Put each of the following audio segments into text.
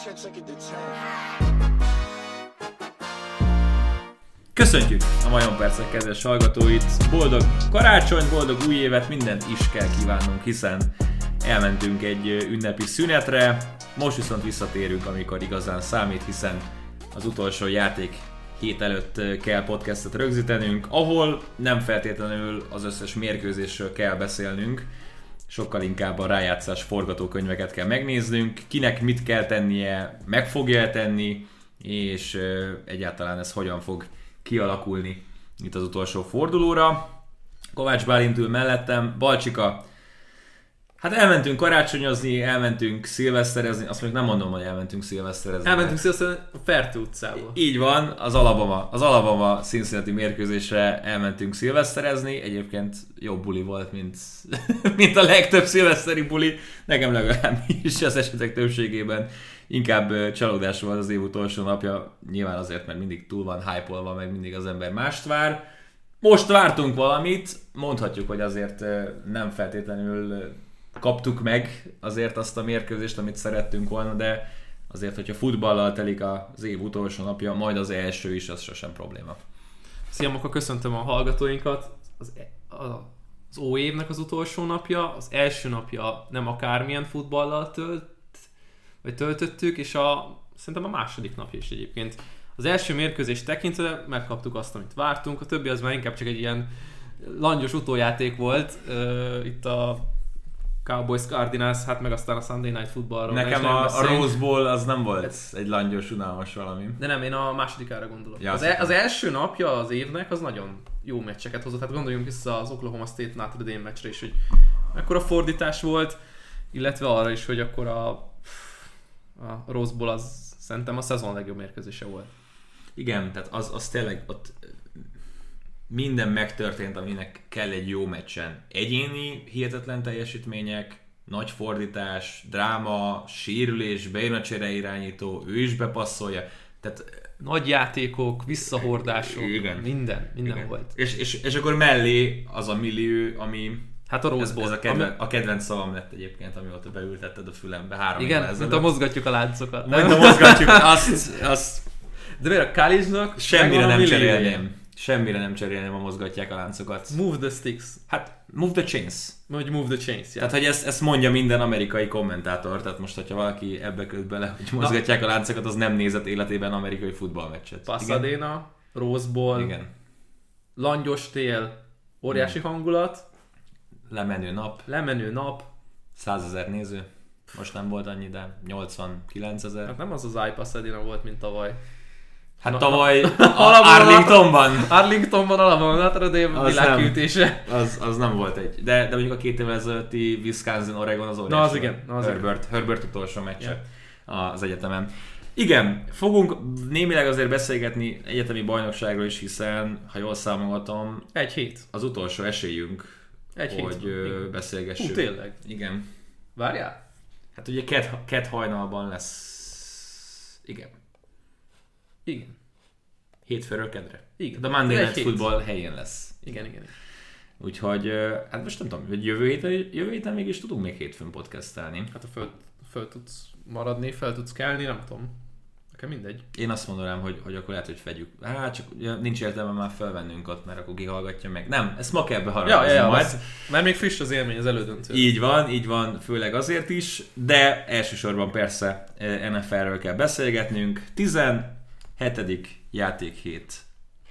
Köszöntjük a Majom Percek kedves hallgatóit! Boldog karácsonyt, boldog új évet, mindent is kell kívánnunk, hiszen elmentünk egy ünnepi szünetre. Most viszont visszatérünk, amikor igazán számít, hiszen az utolsó játék hét előtt kell podcastet rögzítenünk, ahol nem feltétlenül az összes mérkőzésről kell beszélnünk, sokkal inkább a rájátszás forgatókönyveket kell megnéznünk, kinek mit kell tennie, meg fogja tenni, és egyáltalán ez hogyan fog kialakulni itt az utolsó fordulóra. Kovács Bálint ül mellettem, Balcsika. Hát elmentünk karácsonyozni, elmentünk szilveszterezni, azt még nem mondom, hogy elmentünk szilveszterezni. Elmentünk szilveszterezni a Fertő utcába. Így van, az Alabama Cincinnati mérkőzésre elmentünk szilveszterezni. Egyébként jobb buli volt, mint a legtöbb szilveszteri buli. Nekem legalábbis az esetek többségében inkább csalódás volt az év utolsó napja. Nyilván azért, mert mindig túl van hype-olva, meg mindig az ember mást vár. Most vártunk valamit, mondhatjuk, hogy azért nem feltétlenül kaptuk meg azért azt a mérkőzést, amit szerettünk volna, de azért, hogyha futballal telik az év utolsó napja, majd az első is, az sosem probléma. Szia, akkor köszöntöm a hallgatóinkat. Az óv évnek az utolsó napja, az első napja nem akármilyen futballal töltöttük, és szerintem a második napja is egyébként. Az első mérkőzés tekintve megkaptuk azt, amit vártunk, a többi az már inkább csak egy ilyen langyos utójáték volt, itt a Cowboys Cardinals, hát meg aztán a Sunday Night Footballról. Nekem a Rose Bowl az nem volt egy langyos, unalmas valami. De nem, én a másodikára gondolok. Ja, az első napja az évnek az nagyon jó meccseket hozott. Hát gondoljunk vissza az Oklahoma State Notre Dame meccsre is, hogy mekkora fordítás volt, illetve arra is, hogy akkor a Rose Bowl az szerintem a szezon legjobb mérkőzése volt. Igen, tehát az tényleg ott minden megtörtént, aminek kell egy jó meccsen. Egyéni hihetetlen teljesítmények, nagy fordítás, dráma, sérülés, bejön a csereirányító, ő is bepasszolja. Tehát nagy játékok, visszahordások, igen. minden volt. És akkor mellé az a millió, ami... Hát a Rose Bowl. A kedvenc szavam lett egyébként, amióta beültetted a fülembe 3 évvel ezelőtt. Igen, mint a mozgatjuk a láncokat. Mint a mozgatjuk, azt... De miért a college-nak Semmire nem cserélném, a mozgatják a láncokat. Move the sticks. Hát, move the chains. Vagy move the chains, ja. Tehát, hogy ezt mondja minden amerikai kommentátor, tehát most, hogyha valaki ebbe köt bele, hogy mozgatják a láncokat, az nem nézett életében amerikai futballmeccset. Pasadena, Rose Bowl, igen. Langyos tél, óriási hangulat. Lemenő nap. 100 000 néző. Most nem volt annyi, de 89 000. Hát nem az iPasadena volt, mint tavaly. Hát tavaly Arlingtonban. Arlingtonban Alabama Notre Dame világkiütése. Az nem volt egy. De mondjuk a 2 évvel ezelőtti Wisconsin-Oregon az óriási. Na az igen. Herbert utolsó meccse az egyetemen. Igen, fogunk némileg azért beszélgetni egyetemi bajnokságról is, hiszen, ha jól számolhatom, egy hét. Az utolsó esélyünk, hogy beszélgessünk. Tényleg? Igen. Várjál? Hát ugye kett hajnalban lesz. Igen. Hétfőről kedre. Igen. De a Monday Night Football helyén lesz. Igen. Úgyhogy, hát most nem tudom, hogy jövő héten mégis tudunk még hétfőn podcastelni. Hát föl tudsz maradni, fel tudsz kelni, nem tudom. Nekem mindegy. Én azt mondanám, hogy akkor lehet, hogy fedjük. Hát csak nincs értelme már felvennünk ott, mert akkor kihallgatja meg. Nem, ezt ma kell beharagni majd. Mert még friss az élmény az elődöntő. Így van, főleg azért is, de elsősorban persze NFL-ről kell beszélgetnünk. 17. játékhét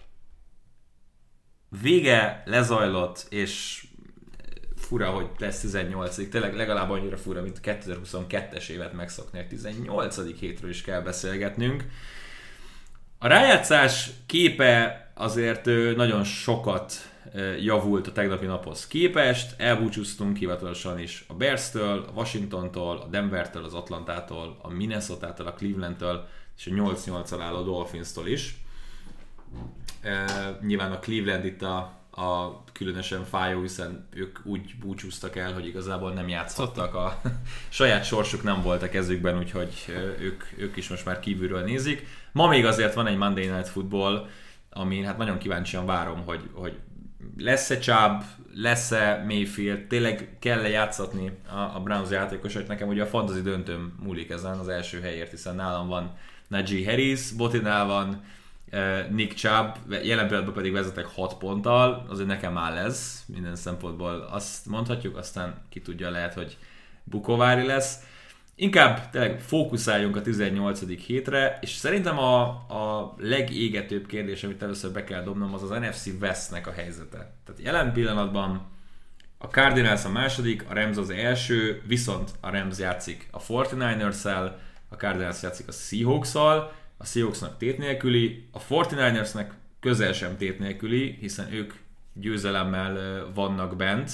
vége lezajlott, és fura, hogy lesz 18. Tényleg legalább annyira fura, mint a 2022-es évet megszokni, a 18. hétről is kell beszélgetnünk. A rájátszás képe azért nagyon sokat javult a tegnapi naphoz képest. Elbúcsúztunk hivatalosan is a Bears-től, a Washingtontól, a Denvertől, az Atlantától, a Minnesotától, a Clevelandtől és a 8-8-al álló Dolphins-tól is. Nyilván a Cleveland itt a különösen fájó, hiszen ők úgy búcsúztak el, hogy igazából nem játszhattak, a saját sorsuk nem volt a kezükben, úgyhogy ők is most már kívülről nézik. Ma még azért van egy Monday Night Football, amin hát nagyon kíváncsian várom, hogy lesz-e Chubb, lesz-e Mayfield, tényleg kell-e játszatni a Browns játékosait. Nekem ugye a fantasy döntőm múlik ezen az első helyért, hiszen nálam van Najee Harris, Botinál van Nick Chubb, jelen pillanatban pedig vezetek 6 ponttal, azért nekem áll ez minden szempontból, azt mondhatjuk, aztán ki tudja, lehet, hogy Bukovári lesz. Inkább tényleg fókuszáljunk a 18. hétre, és szerintem a legégetőbb kérdés, amit először be kell dobnom, az NFC Westnek a helyzete. Tehát jelen pillanatban a Cardinals a második, a Rams az első, viszont a Rams játszik a 49ers-szel, a Cardinals játszik a Seahawks-szal, a Seahawksnak tét nélküli, a 49ersnek közel sem tét nélküli, hiszen ők győzelemmel vannak bent.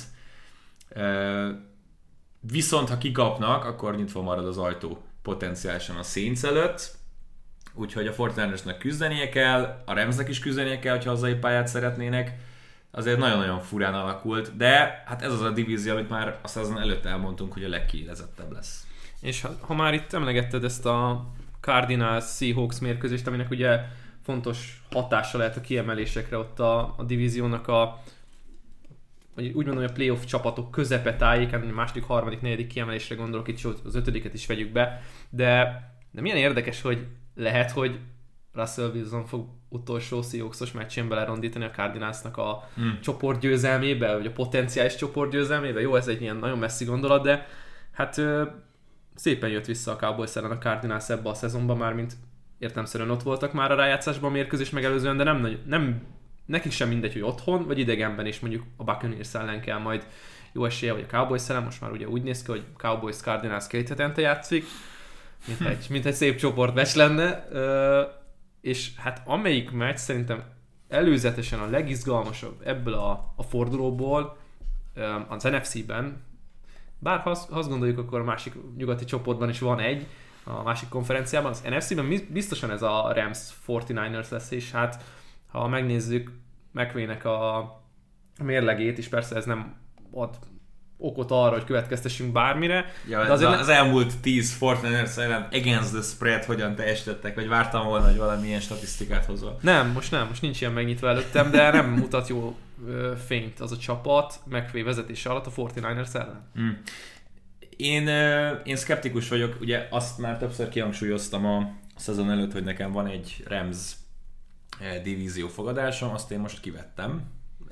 Viszont ha kikapnak, akkor nyitva marad az ajtó potenciálisan a Saints előtt, úgyhogy a 49ersnek küzdenie kell, a Ramsnek is küzdenie kell, hogyha hazai pályát szeretnének. Azért nagyon-nagyon furán alakult, de hát ez az a divízió, amit már a szezon előtt elmondtunk, hogy a legkiélezettebb lesz. És ha már itt emlegetted ezt a Cardinals-Seahawks mérkőzést, aminek ugye fontos hatása lehet a kiemelésekre ott a divíziónak úgy mondom, hogy a playoff csapatok közepe tájéken, a második, harmadik, negyedik kiemelésre gondolok, itt az ötödiket is vegyük be, de milyen érdekes, hogy lehet, hogy Russell Wilson fog utolsó Seahawks-os meccsén belerondítani a Cardinalsnak a csoportgyőzelmébe, vagy a potenciális csoportgyőzelmébe. Jó, ez egy ilyen nagyon messzi gondolat, de hát szépen jött vissza a Cowboys ellen a Cardinals ebbe a szezonban már, mint értelemszerűen ott voltak már a rájátszásban a mérkőzés megelőzően, de nem nekik sem mindegy, hogy otthon, vagy idegenben is mondjuk a Buccaneers ellen kell majd jó esélye, vagy a Cowboys ellen, most már ugye úgy néz ki, hogy Cowboys Cardinals 2 hetente játszik, mint egy szép csoportmeccs lenne, és hát amelyik meccs szerintem előzetesen a legizgalmasabb ebből a fordulóból az NFC-ben, bár ha azt gondoljuk, akkor a másik nyugati csoportban is van egy, a másik konferenciában, az NFC-ben biztosan ez a Rams 49ers lesz, és hát ha megnézzük McVaynek a mérlegét, és persze ez nem ad okot arra, hogy következtessünk bármire. Ja, de azért az elmúlt 10 Fortnite ellen against the spread hogyan teljesítettek, vagy vártam volna, hogy valamilyen statisztikát hozol? Most nincs ilyen megnyitva előttem, de nem mutat jó fényt az a csapat McVay vezetése alatt a 49ers ellen. Én szkeptikus vagyok, ugye azt már többször kihangsúlyoztam a szezon előtt, hogy nekem van egy Rams divízió fogadásom, azt én most kivettem.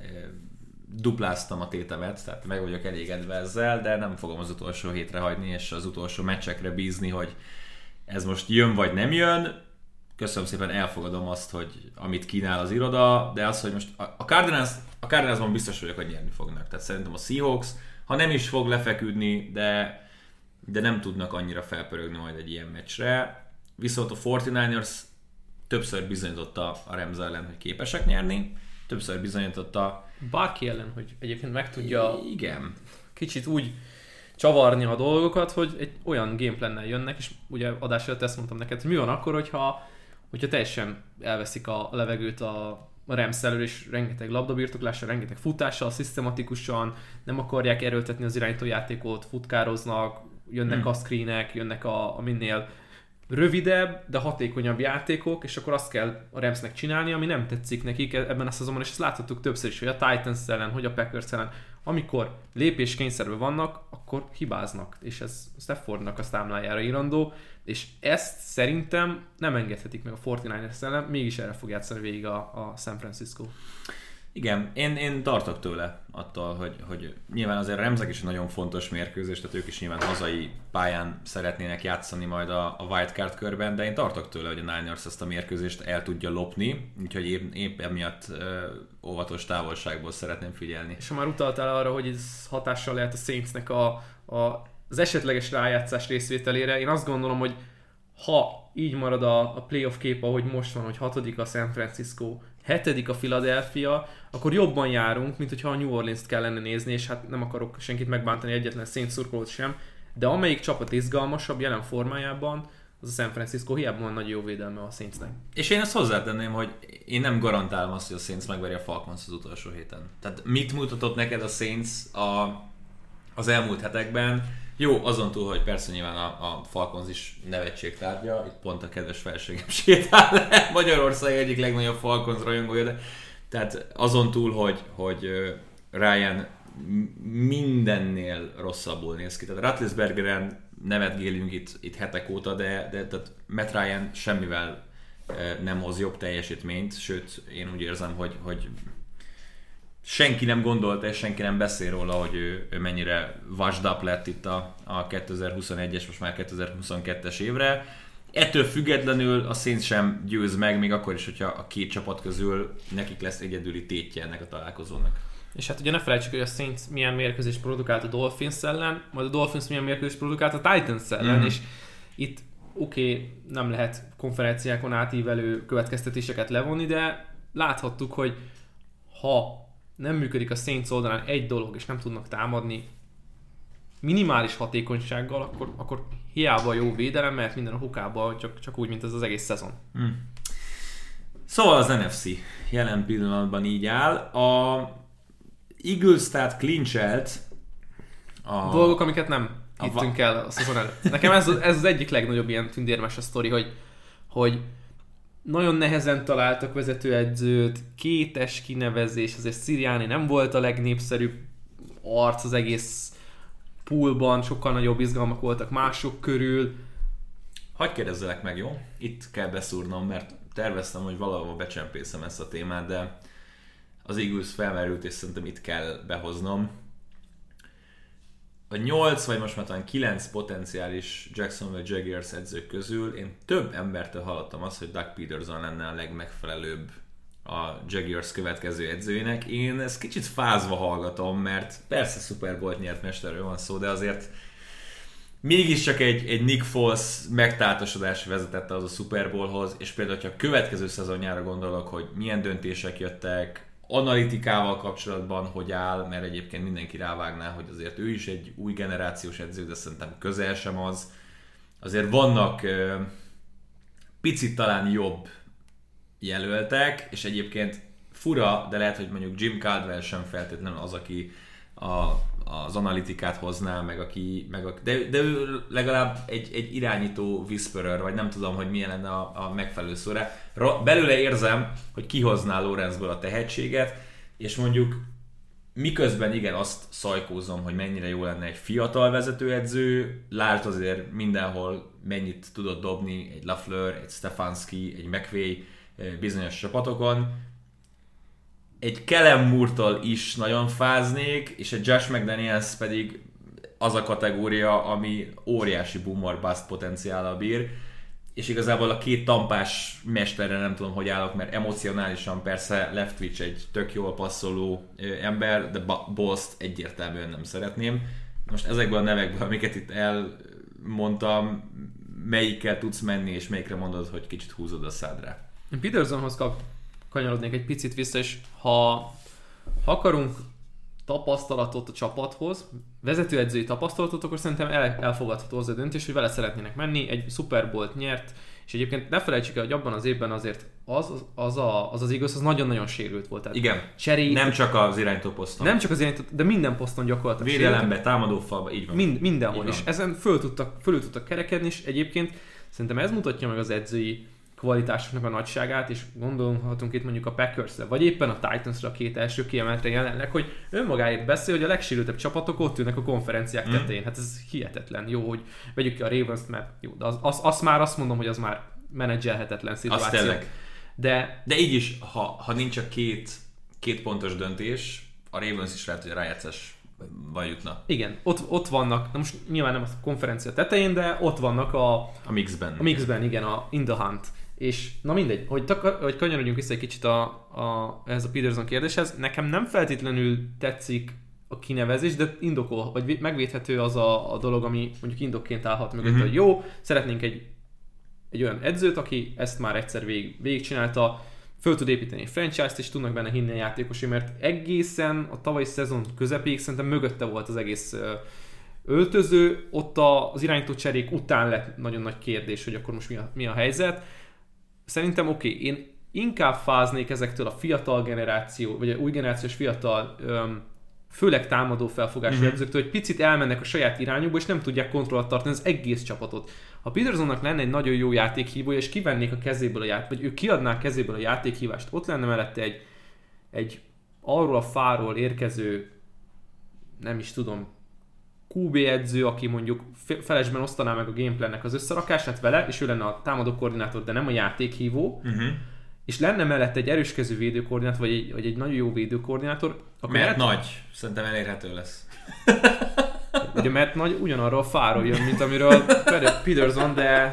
Dupláztam a tétemet, tehát meg vagyok elégedve ezzel, de nem fogom az utolsó hétre hagyni, és az utolsó meccsekre bízni, hogy ez most jön vagy nem jön. Köszönöm szépen, elfogadom azt, hogy amit kínál az iroda, de az, hogy most a Cardinalsban biztos vagyok, hogy nyerni fognak. Tehát szerintem a Seahawks, ha nem is fog lefeküdni, de nem tudnak annyira felpörögni majd egy ilyen meccsre. Viszont a 49ers többször bizonyította a Rams ellen, hogy képesek nyerni, többször bizonyította bárki ellen, hogy egyébként meg tudja igen. Kicsit úgy csavarni a dolgokat, hogy egy olyan gameplannel jönnek, és ugye adás előtt ezt mondtam neked, hogy mi van akkor, hogyha teljesen elveszik a levegőt a Rams elől, és rengeteg labdabirtoklással, rengeteg futással, szisztematikusan, nem akarják erőltetni az irányítójátékot, futkároznak, jönnek a screenek, jönnek a minél rövidebb, de hatékonyabb játékok, és akkor azt kell a Ramsnek csinálni, ami nem tetszik nekik ebben a szezonban, és ezt láthattuk többször is, hogy a Titans ellen, hogy a Packers ellen, amikor lépéskényszerben vannak, akkor hibáznak, és ez Staffordnak a számlájára írandó, és ezt szerintem nem engedhetik meg a 49ers ellen, mégis erre fog játszani végig a San Francisco. Igen, én tartok tőle attól, hogy nyilván azért Ramsnek is egy nagyon fontos mérkőzés, tehát ők is nyilván hazai pályán szeretnének játszani majd a wildcard körben, de én tartok tőle, hogy a Niners ezt a mérkőzést el tudja lopni, úgyhogy épp emiatt óvatos távolságból szeretném figyelni. És ha már utaltál arra, hogy ez hatással lehet a Saintsnek az esetleges rájátszás részvételére, én azt gondolom, hogy ha így marad a playoff kép, ahogy most van, hogy 6. a San Francisco, 7. a Philadelphia, akkor jobban járunk, mint hogyha a New Orleans-t kellene nézni, és hát nem akarok senkit megbántani, egyetlen Saints szurkolót sem, de amelyik csapat izgalmasabb jelen formájában, az a San Francisco, hiába van nagy jó védelme a Saintsnek. És én ezt hozzátenném, hogy én nem garantálom azt, hogy a Saints megveri a Falcons az utolsó héten. Tehát mit mutatott neked a Saints az elmúlt hetekben? Jó, azon túl, hogy persze nyilván a Falcons is nevetség tárgya, itt pont a kedves felségem sétál le, Magyarország egyik legnagyobb Falcons rajongója, Tehát azon túl, hogy Ryan mindennél rosszabbul néz ki. Tehát Roethlisbergeren nevetgélünk itt hetek óta, de tehát Matt Ryan semmivel nem hoz jobb teljesítményt, sőt, én úgy érzem, hogy senki nem gondolta, és senki nem beszél róla, hogy ő mennyire washed up lett itt a 2021-es, most már 2022-es évre. Ettől függetlenül a Saints sem győz meg, még akkor is, hogyha a két csapat közül nekik lesz egyedüli tétje ennek a találkozónak. És hát ugye ne felejtsük, hogy a Saints milyen mérkőzést produkált a Dolphins ellen, majd a Dolphins milyen mérkőzést produkált a Titans ellen, és itt nem lehet konferenciákon átívelő következtetéseket levonni, de láthattuk, hogy ha nem működik a Saints oldalán egy dolog, és nem tudnak támadni minimális hatékonysággal, akkor hiába jó védelem, mert minden a hukában, csak úgy, mint ez az egész szezon. Szóval az NFC jelen pillanatban így áll. A Eagles tehát clinchelt a dolgok, amiket nem hittünk el a szezon előtt. Nekem ez az egyik legnagyobb ilyen tündérmes a sztori, hogy nagyon nehezen találtak vezetőedzőt, kétes kinevezés, azért Sirianni nem volt a legnépszerűbb arc az egész poolban, sokkal nagyobb izgalmak voltak mások körül. Hadd kérdezzelek meg, jó? Itt kell beszúrnom, mert terveztem, hogy valahol becsempészem ezt a témát, de az Eagles felmerült, és szerintem itt kell behoznom. A 8 vagy most már talán 9 potenciális Jacksonville Jaguars edzők közül én több embertől hallottam azt, hogy Doug Peterson lenne a legmegfelelőbb a Jaguars következő edzőjének. Én ezt kicsit fázva hallgatom, mert persze Super Bowl-t nyert mesterről van szó, de azért mégiscsak egy Nick Foles megtáltosodás vezetette az a Super Bowlhoz, és például, ha a következő szezonjára gondolok, hogy milyen döntések jöttek, analitikával kapcsolatban hogy áll, mert egyébként mindenki rávágná, hogy azért ő is egy új generációs edző, de szerintem közel sem az. Azért vannak picit talán jobb jelöltek, és egyébként fura, de lehet, hogy mondjuk Jim Caldwell sem feltétlenül az, aki az analitikát hozná, de ő legalább egy irányító whisperer, vagy nem tudom, hogy milyen lenne a megfelelő szóra. Belőle érzem, hogy kihozná Lawrenceből a tehetséget, és mondjuk miközben igen, azt szajkózom, hogy mennyire jó lenne egy fiatal vezetőedző, lásd azért mindenhol mennyit tudott dobni egy LaFleur, egy Stefanski, egy McVay bizonyos csapatokon. Egy Kellen Moore-tól is nagyon fáznék, és egy Josh McDaniels pedig az a kategória, ami óriási boomer bust potenciállal bír, és igazából a két tampás mesterre nem tudom, hogy állok, mert emocionálisan persze Leftwich egy tök jól passzoló ember, de Bost egyértelműen nem szeretném. Most ezekből a nevekből, amiket itt elmondtam, melyikkel tudsz menni, és melyikre mondod, hogy kicsit húzod a szádra? Petersonhoz kanyarodnék egy picit vissza, és ha akarunk tapasztalatot a csapathoz, vezetőedzői tapasztalatot, akkor szerintem elfogadható az a döntés, hogy vele szeretnének menni, egy Super Bowl-t nyert, és egyébként ne felejtsük el, hogy abban az évben azért az Eagles az nagyon-nagyon sérült volt. Tehát igen, nem csak az irányító poszton. Nem csak az irányító, de minden poszton gyakorlatilag védelembe, támadófalba, így van. Mindenhol, így van. És ezen fölül tudtak kerekedni, és egyébként szerintem ez mutatja meg az edzői kvalitásoknak a nagyságát, és gondolhatunk itt mondjuk a Packersre, vagy éppen a Titansra, a két első kiemeltre jelenleg, hogy önmagáért beszél, hogy a legsérültebb csapatok ott ülnek a konferenciák tetején. Hát ez hihetetlen. Jó, hogy vegyük ki a Ravens-t, mert jó, de azt mondom, hogy az már menedzselhetetlen szituáció. De így is, ha nincs a két pontos döntés, a Ravens is lehet, hogy a rájátszás jutna. Igen, ott vannak, na most nyilván nem a konferencia tetején, de ott vannak a mixben. A mixben, igen, a in the hunt. És na mindegy, hogy kanyarodjunk vissza egy kicsit ehhez a Peterson kérdéshez, nekem nem feltétlenül tetszik a kinevezés, de indokol, vagy megvédhető az a dolog, ami mondjuk indokként állhat mögött, hogy jó, szeretnénk egy olyan edzőt, aki ezt már egyszer végigcsinálta, föl tud építeni egy franchise-t, és tudnak benne hinni a játékosai, mert egészen a tavalyi szezon közepéig szerintem mögötte volt az egész öltöző, ott az irányító cserék után lett nagyon nagy kérdés, hogy akkor most mi a helyzet. Szerintem én inkább fáznék ezektől a fiatal generáció, vagy a új generációs fiatal, főleg támadó felfogású edzőktől, hogy picit elmennek a saját irányukba, és nem tudják kontrollat tartani az egész csapatot. Ha Petersonnak lenne egy nagyon jó játékhívója, és kivennék a kezéből vagy ő kiadná a kezéből a játékhívást, ott lenne mellette egy arról a fáról érkező, nem is tudom, QB edző, aki mondjuk felesben osztaná meg a gameplannek az összerakását vele, és ő lenne a támadó koordinátor, de nem a játékhívó, és lenne mellett egy erőskező védőkoordinátor, vagy egy nagyon jó védőkoordinátor, akkor mert nagy, szerintem elérhető lesz. Ugye mert nagy ugyanarról a fáról jön, mint amiről Peterson, de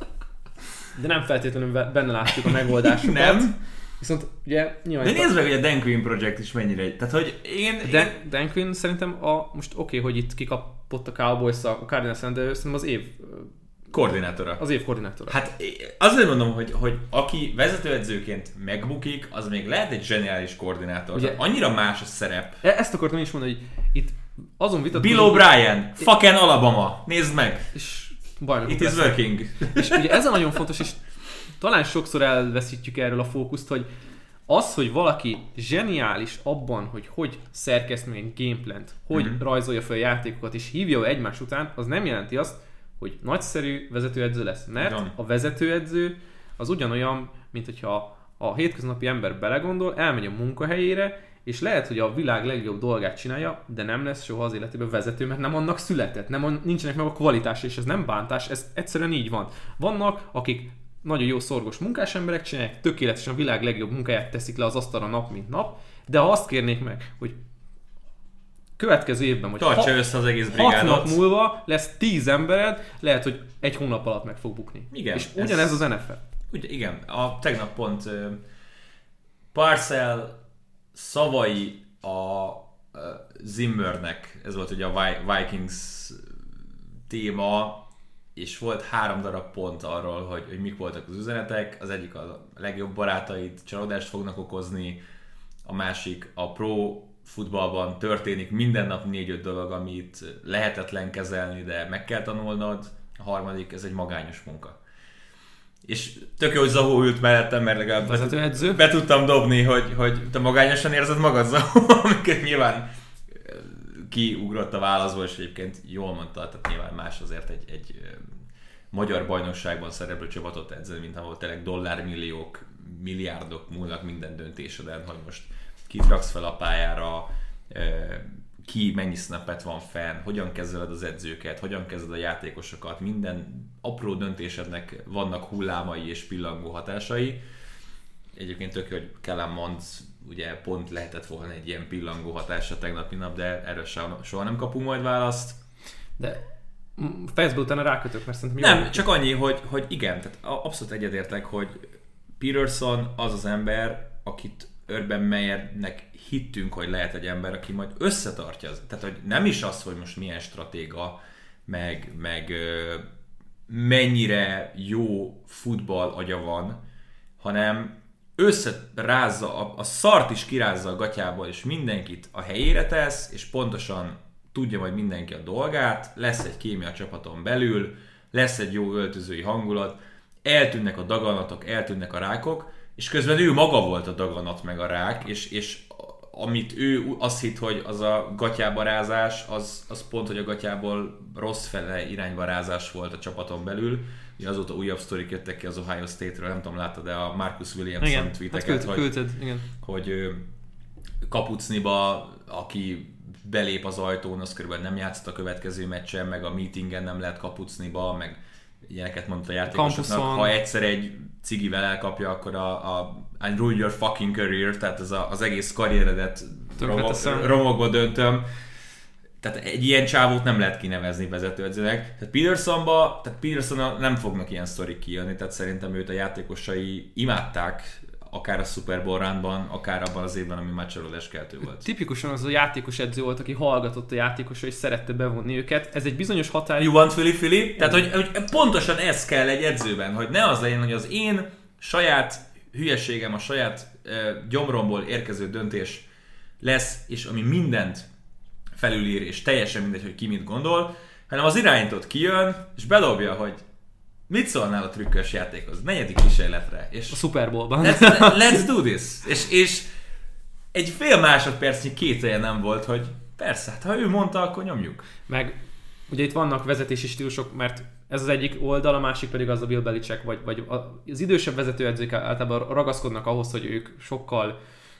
nem feltétlenül benne látjuk a megoldásokat. Nem. Viszont ugye nyilván... De nézd meg, hogy a Dan Quinn projekt is mennyire... Tehát, hogy Dan Quinn szerintem most oké, hogy itt kikapott a Cowboys a Cardinals, de szerintem az év... koordinátora. Az év koordinátora. Hát azért mondom, hogy aki vezetőedzőként megbukik, az még lehet egy zseniális koordinátor. Ugye, annyira más a szerep. Ezt akartam én is mondani, hogy itt azon vitatkozunk... Bill O'Brien, fucking Alabama, nézd meg! És it is working. És ugye ez a nagyon fontos, és talán sokszor elveszítjük erről a fókuszt, hogy az, hogy valaki zseniális abban, hogy szerkeszteni egy gameplant, hogy rajzolja fel a játékokat és hívja egymás után, az nem jelenti azt, hogy nagyszerű vezetőedző lesz. Mert a vezetőedző az ugyanolyan, mint hogyha a hétköznapi ember belegondol, elmegy a munkahelyére, és lehet, hogy a világ legjobb dolgát csinálja, de nem lesz soha az életében vezető, mert nem annak született, nincsenek meg a kvalitás, és ez nem bántás, ez egyszerűen így van. Vannak, akik nagyon jó szorgos munkás emberek csinálják, tökéletesen a világ legjobb munkáját teszik le az asztalra nap mint nap, de ha azt kérnék meg, hogy következő évben, hogy tartsa össze az egész brigádot. 6 nap múlva lesz 10 embered, lehet, hogy egy hónap alatt meg fog bukni. Igen, és ugyanez az NFL. Igen, tegnap pont Parcell szavai a Zimmernek, ez volt ugye a Vikings téma, és volt 3 darab pont arról, hogy mik voltak az üzenetek. Az egyik a legjobb barátaid csalódást fognak okozni, a másik a pro futballban történik minden nap 4-5 dolog, amit lehetetlen kezelni, de meg kell tanulnod. A harmadik, ez egy magányos munka. És tök jó, hogy Zahó ült mellettem, mert legalább be tudtam dobni, hogy te magányosan érzed magad, Zahó, amiket nyilván kiugrott a válaszból, és egyébként jól mondta, tehát nyilván más azért egy magyar bajnokságban szereplő csapatot edzeni, mint ahol tényleg dollármilliók, milliárdok múlnak minden döntéseden, hogy most ki raksz fel a pályára, ki mennyi snappet van fenn, hogyan kezeled az edzőket, hogyan kezeled a játékosokat, minden apró döntésednek vannak hullámai és pillangó hatásai. Egyébként tök, hogy Kellen Mond ugye pont lehetett volna egy ilyen pillangó hatása tegnapi nap, de erről soha nem kapunk majd választ. De fejezbe utána rákötök, mert szerintem... Nem, csak annyi, hogy igen, tehát abszolút egyetértek, hogy Peterson az az ember, akit Urban Meyernek hittünk, hogy lehet egy ember, aki majd összetartja. Tehát, hogy nem is az, hogy most milyen stratéga, meg mennyire jó futball agya van, hanem összerázza, a szart is kirázza a gatyából, és mindenkit a helyére tesz, és pontosan tudja majd mindenki a dolgát, lesz egy kémia a csapaton belül, lesz egy jó öltözői hangulat, eltűnnek a daganatok, eltűnnek a rákok, és közben ő maga volt a daganat meg a rák, és amit ő azt hitt, hogy az a gatyába rázás, az pont, hogy a gatyából rossz fele irányba rázás volt a csapaton belül. Ugye azóta újabb sztorik jöttek ki az Ohio State-ről, nem tudom, láttad, de a Marcus Williamson tweeteket, hogy Kapucniba, aki belép az ajtón, az körülbelül nem játszott a következő meccsen, meg a meetingen nem lehet Kapucniba, meg ilyeneket mondta a játékosoknak, ha egyszer egy cigivel elkapja, akkor I ruin your fucking career, tehát ez az egész karrieredet romokba döntöm. Tehát egy ilyen csávót nem lehet kinevezni vezetőedzőnek. Tehát Peterson nem fognak ilyen sztorik kijönni, tehát szerintem őt a játékosai imádták, akár a Super Bowl run-ban, akár abban az évben, ami már csalódáskeltő volt. Tipikusan az a játékos edző volt, aki hallgatott a játékosra és szerette bevonni őket. Ez egy bizonyos határ... You want Philly? Tehát, hogy pontosan ez kell egy edzőben, hogy ne az legyen, hogy az én saját hülyeségem, a saját gyomromból érkező döntés lesz, és ami mindent felülír, és teljesen mindegy, hogy ki mit gondol, hanem az irányítót kijön, és bedobja, hogy mit szólnál a trükkös játékhoz? 4. kísérletre. És a Super Bowl-ban. Let's do this! És egy fél másodpercnyi kételje nem volt, hogy persze, hát ha ő mondta, akkor nyomjuk. Meg ugye itt vannak vezetési stílusok, mert ez az egyik oldal, a másik pedig az a Bill Belichick, vagy az idősebb vezetőedzők általában ragaszkodnak ahhoz, hogy ők sokkal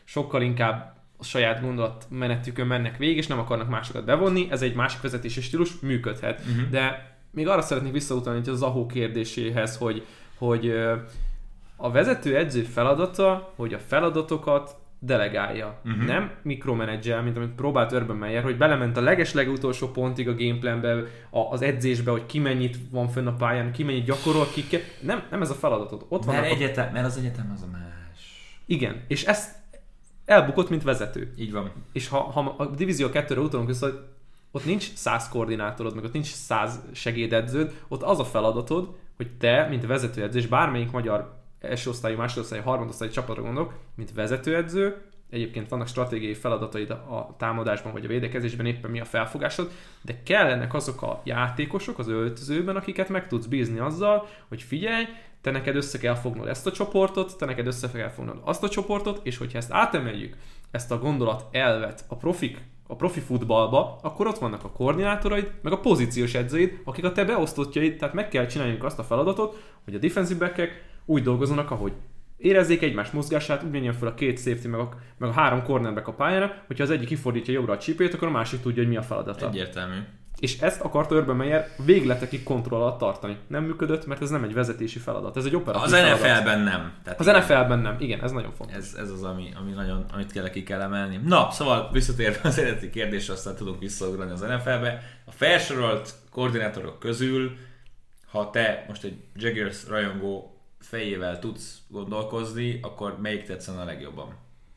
sokkal inkább a saját gondolatmenetükön mennek végig, és nem akarnak másokat bevonni, ez egy másik vezetési stílus, működhet. De még arra szeretnék visszautalni hogy az Aho kérdéséhez, hogy a vezetőedző feladata, hogy a feladatokat delegálja. Nem mikromanagel, mint amit próbált Urban Meyer, hogy belement a legeslegutolsó pontig a gameplanbe, az edzésbe, hogy ki mennyit van fönn a pályán, ki mennyit gyakorol, nem ez a feladatod. Ott mert az egyetem az a más. Igen, és ezt elbukott, mint vezető. Így van. És ha a Divízió 2-re utalunk vissza, hogy ott nincs 100 koordinátorod, meg ott nincs 100 segédedződ, ott az a feladatod, hogy te, mint vezetőedző, és bármelyik magyar első osztályú, másodosztályú, harmadosztályú csapatra gondolok, mint vezetőedző, egyébként vannak stratégiai feladataid a támadásban vagy a védekezésben, éppen mi a felfogásod, de kellenek azok a játékosok az öltözőben, akiket meg tudsz bízni azzal, hogy figyelj, te neked össze kell fognod ezt a csoportot, te neked össze kell fognod azt a csoportot, és hogyha ezt átemeljük, ezt a gondolat elvet a profi futballba, akkor ott vannak a koordinátoraid, meg a pozíciós edzőid, akik a te beosztottjaid, tehát meg kell csinálniuk azt a feladatot, hogy a defensive backek úgy dolgozzanak, ahogy érezzék egymás mozgását, úgy menjen fel a két safety, meg a 3 cornerback a pályára, hogyha az egyik kifordítja jobbra a csípét, akkor a másik tudja, hogy mi a feladata. Egyértelmű. És ezt akarta Urban Meyer végletekig kontroll alatt tartani. Nem működött, mert ez nem egy vezetési feladat, ez egy operatív feladat. Az NFL-ben nem. Tehát az NFL-ben nem, igen, ez nagyon fontos. Ez az, amit ki kell emelni. Na, szóval visszatérve az eredeti kérdésre, aztán tudunk visszaugrani az NFL-be. A felsorolt koordinátorok közül, ha te most egy Jaguars rajongó fejével tudsz gondolkozni, akkor melyik tetszene a legjobban?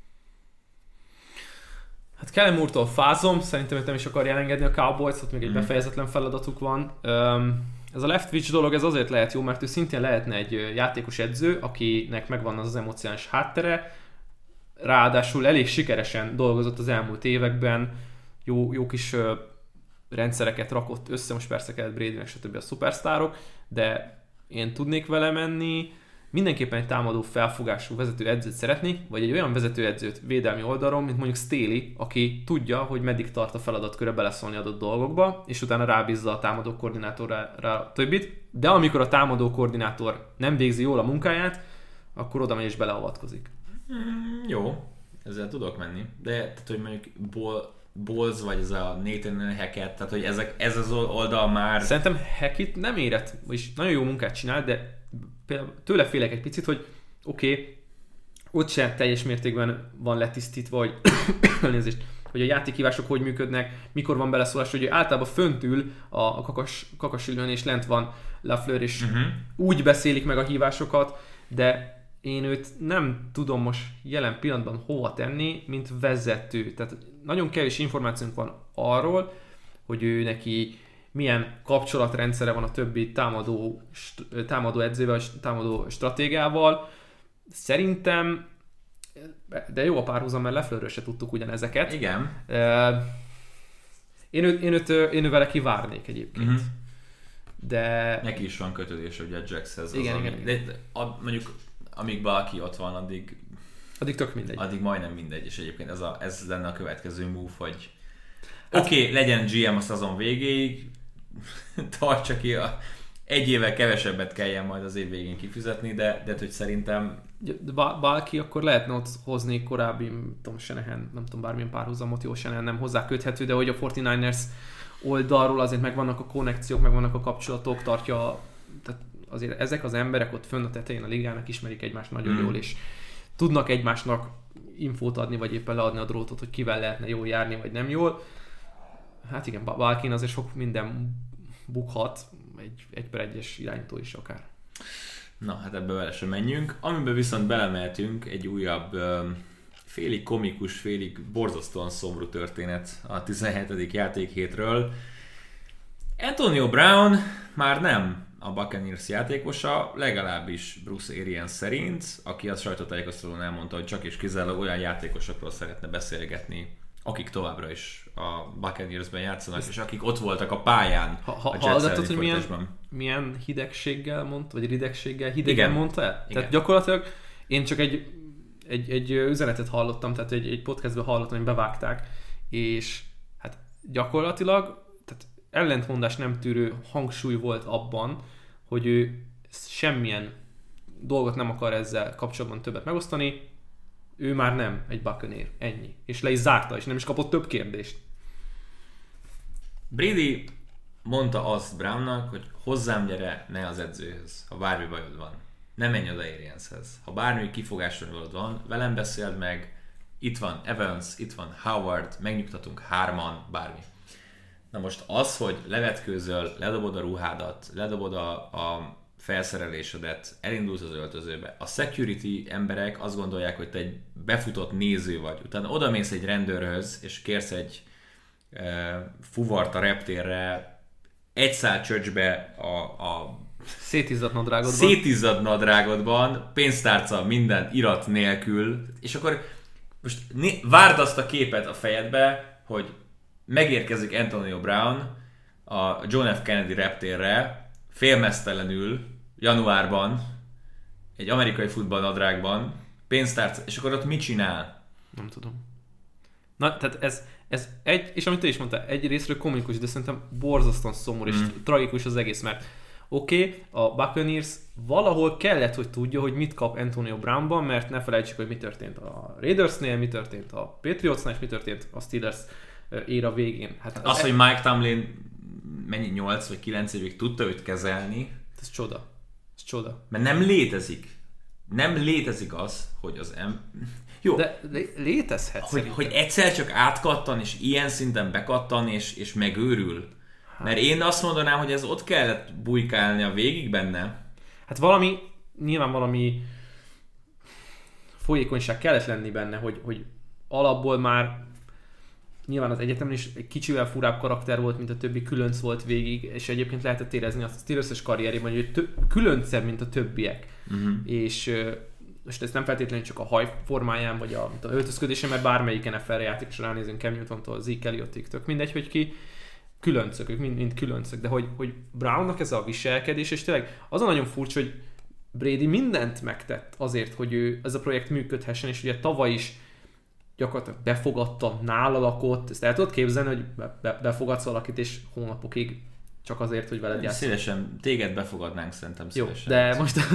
Hát Kellen Moore-tól fázom, szerintem nem is akarja elengedni a Cowboys-ot, még egy befejezetlen feladatuk van. Ez a Leftwich dolog, ez azért lehet jó, mert ő szintén lehetne egy játékos edző, akinek megvan az emocionális háttere, ráadásul elég sikeresen dolgozott az elmúlt években, jó kis rendszereket rakott össze, most persze kellett Brady meg stb. A szupersztárok, de én tudnék vele menni, mindenképpen egy támadó felfogású vezetőedzőt szeretni, vagy egy olyan vezetőedzőt védelmi oldalról, mint mondjuk Staley, aki tudja, hogy meddig tart a feladatköre beleszólni adott dolgokba, és utána rábízza a támadó koordinátorra többit, de amikor a támadó koordinátor nem végzi jól a munkáját, akkor oda megy és beleavatkozik. Jó, ezzel tudok menni, de tehát, hogy mondjuk Bowles vagy ez a Nathan Hackett, tehát hogy ez az oldal már... Szerintem Hackett nem érett, vagyis nagyon jó munkát csinál, de például tőle félek egy picit, hogy oké, ott sem teljes mértékben van letisztítva, hogy hogy a játékhívások hogy működnek, mikor van beleszólás, hogy általában fönt ül a kakasülőn és lent van Lafleur, és úgy beszélik meg a hívásokat, de én őt nem tudom most jelen pillanatban hova tenni, mint vezető. Tehát nagyon kevés információnk van arról, hogy ő neki milyen kapcsolatrendszere van a többi támadó edzővel, támadó stratégával. Szerintem, de jó a párhuzam, mert Lafleurről se tudtuk ugyanezeket. Igen. Én vele kivárnék egyébként. De... Neki is van kötődés ugye a Jackshez. Igen. De mondjuk amíg valaki ott van, addig tök mindegy. Addig majdnem mindegy, és egyébként ez lenne a következő move, hogy oké, legyen GM a szezon végéig, tartsa ki egy évvel kevesebbet kelljen majd az év végén kifizetni, de hogy szerintem... Valaki akkor lehetne ott hozni korábbi, Shanahan, nem tudom, bármilyen párhuzamot, jó, Shanahan nem hozzá köthető, de hogy a 49ers oldalról azért megvannak a konnekciók, megvannak a kapcsolatok, tartja, tehát azért ezek az emberek ott fönn a tetején a ligának ismerik egymást nagyon jól, és tudnak egymásnak infót adni, vagy éppen leadni a drótot, hogy kivel lehetne jól járni, vagy nem jól. Hát igen, Balkin azért sok minden bukhat, egy per egyes irányító is akár. Na, hát ebbe vele sem menjünk. Amiben viszont belemeltünk egy újabb félig komikus, félig borzasztóan szomorú történet a 17. játékhétről. Antonio Brown már nem a Buccaneers játékosa, legalábbis Bruce Arians szerint, aki a sajtótájékoztatón elmondta, hogy csak és kizárólag olyan játékosokról szeretne beszélgetni, akik továbbra is a Buccaneersben játszanak, és akik ott voltak a pályán a Jets elleni hogy milyen hidegséggel mondta, vagy ridegséggel hidegen mondta el? Tehát gyakorlatilag én csak egy üzenetet hallottam, tehát egy podcastben hallottam, hogy bevágták, és hát gyakorlatilag tehát ellentmondás nem tűrő hangsúly volt abban, hogy ő semmilyen dolgot nem akar ezzel kapcsolatban többet megosztani, ő már nem egy Buccaneer. Ennyi. És le is zárta, és nem is kapott több kérdést. Brady mondta azt Brownnak, hogy hozzám gyere, ne az edzőhöz, ha bármi bajod van. Ne menj oda Arianshez. Ha bármi kifogásod van, velem beszéld meg, itt van Evans, itt van Howard, megnyugtatunk hárman, bármi. Na most az, hogy levetkőzöl, ledobod a ruhádat, ledobod a felszerelésedet, elindulsz az öltözőbe. A security emberek azt gondolják, hogy te egy befutott néző vagy. Utána odamész egy rendőrhöz, és kérsz egy fuvart a reptérre, egy szál csöcsbe a szétizzadt nadrágodban, pénztárca minden irat nélkül, és akkor most várd azt a képet a fejedbe, hogy megérkezik Antonio Brown a John F. Kennedy reptérre, félmeztelenül, januárban, egy amerikai futballnadrágban, pénztárca, és akkor ott mit csinál? Nem tudom. Na, tehát ez egy, és amit te is mondtál, egy részről komikus, de szerintem borzasztóan szomorú és tragikus az egész, mert oké, a Buccaneers valahol kellett, hogy tudja, hogy mit kap Antonio Brownban, mert ne felejtsük, hogy mi történt a Raidersnél, mi történt a Patriotsnál, és mi történt a Steelers éra végén. Hát az, hogy Mike Tomlin mennyi 8 vagy 9 évig tudta őt kezelni. Ez csoda. Ez csoda. Mert nem létezik. Nem létezik az, hogy az Jó. De létezhet hogy egyszer csak átkattan, és ilyen szinten bekattan, és megőrül. Mert én azt mondanám, hogy ez ott kellett bujkálni a végig benne. Hát nyilván valami folyékonyság kellett lenni benne, hogy alapból már nyilván az egyetemen is egy kicsivel furább karakter volt, mint a többi, különc volt végig, és egyébként lehetett érezni azt a Steelers-es karrierében, hogy különcebb, mint a többiek. És most ez nem feltétlenül csak a haj formáján, vagy a öltözködésen, mert bármelyik NFL játékosra ránézünk, Cam Newtontól, Zeke Elliotig, tök mindegy, hogy ki, különcök, ők mind különcök, de hogy Brownnak ez a viselkedés, és tényleg az a nagyon furcsa, hogy Brady mindent megtett azért, hogy ez a projekt működhessen, és ugye tavaly is gyakorlatilag befogadta, nála lakott, ezt el tudod képzelni, hogy befogadsz valakit, és hónapokig csak azért, hogy veled játszol. Szívesen, téged befogadnánk szerintem szívesen. Jó, de most...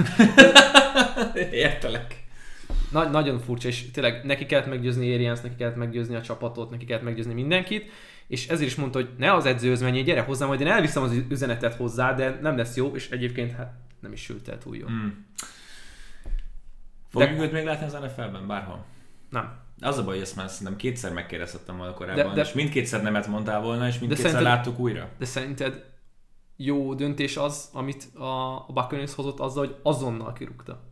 Értelek. Nagyon furcsa, és tényleg neki kellett meggyőzni Arians, neki kellett meggyőzni a csapatot, neki kellett meggyőzni mindenkit, és ezért is mondta, hogy ne az edzőhöz menjél, gyere hozzám, majd én elviszem az üzenetet hozzá, de nem lesz jó, és egyébként hát nem is sült el túl jó. Fogjuk őt még látni az NFL-ben bárhol? Nem. Az a baj, hogy ezt már szerintem kétszer megkérdeztettem volna korábban, és mindkétszer nemet mondtál volna, és mindkétszer láttuk újra. De szerinted jó döntés az, amit a Buccaneers hozott azzal, hogy azonnal kirúgta?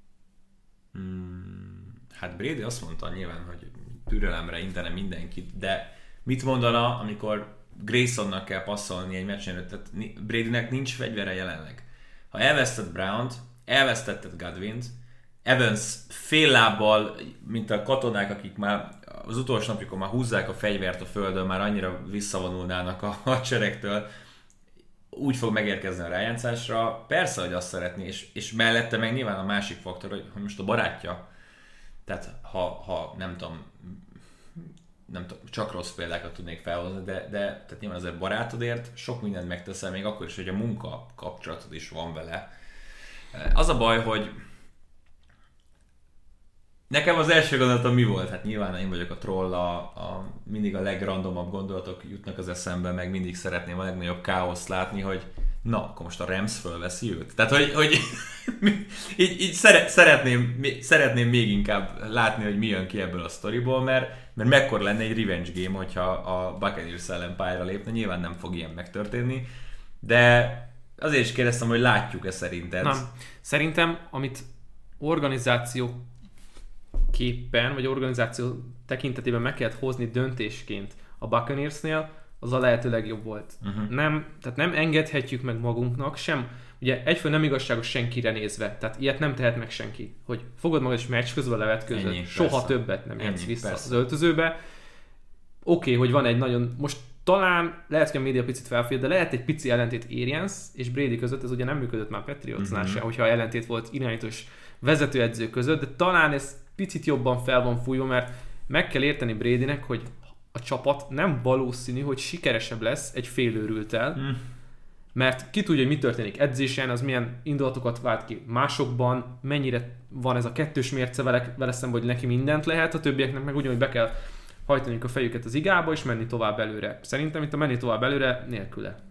Hát Brady azt mondta nyilván, hogy türelemre intene mindenkit, de mit mondana, amikor Graysonnak kell passzolni egy meccsen előtt? Tehát Bradynek nincs fegyvere jelenleg. Ha elvesztett Brownt, elvesztetted Godwint, Evans fél lábbal, mint a katonák, akik már az utolsó napjukon már húzzák a fegyvert a földön, már annyira visszavonulnának a hadseregtől, úgy fog megérkezni a rájátszásra. Persze, hogy azt szeretné, és mellette meg nyilván a másik faktor, hogy most a barátja, tehát ha nem tudom, csak rossz példákat tudnék felhozni, de tehát nyilván azért barátodért sok mindent megteszel, még akkor is, hogy a munka kapcsolatod is van vele. Az a baj, hogy nekem az első gondolatom mi volt? Hát nyilván én vagyok a troll, mindig a legrandomabb gondolatok jutnak az eszembe, meg mindig szeretném a legnagyobb káoszt látni, hogy na, akkor most a Rams fölveszi őt. Tehát, hogy így szeretném még inkább látni, hogy mi jön ki ebből a sztoriból, mert mekkora lenne egy revenge game, hogyha a Buccaneers ellen pályára lépne, nyilván nem fog ilyen megtörténni, de azért is kérdeztem, hogy látjuk-e szerinted? Nem. Szerintem, amit organizáció képpen, vagy organizáció tekintetében meg kellett hozni döntésként a Buccaneersnél, az a lehető legjobb volt. Tehát nem engedhetjük meg magunknak sem, ugye egyfőn nem igazságos senkire nézve, tehát ilyet nem tehet meg senki, hogy fogod magad és meccs közben levetkőzöd, soha persze. Többet nem jössz vissza persze. Az öltözőbe. Oké, hogy van egy nagyon, most talán lehet, hogy a média picit felfér, de lehet egy pici ellentét Arians és Brady között, ez ugye nem működött már Patriotsnál se, hogyha ellentét volt irányítós vezetőedző között, de talán ez picit jobban fel van fújva, mert meg kell érteni Bradynek, hogy a csapat nem valószínű, hogy sikeresebb lesz egy félőrülttel, mert ki tudja, hogy mi történik edzésen, az milyen indulatokat vált ki másokban, mennyire van ez a kettős mérce vele szemben, hogy neki mindent lehet, a többieknek meg ugyanúgy be kell hajtaniuk a fejüket az igába, és menni tovább előre. Szerintem itt a menni tovább előre nélküle.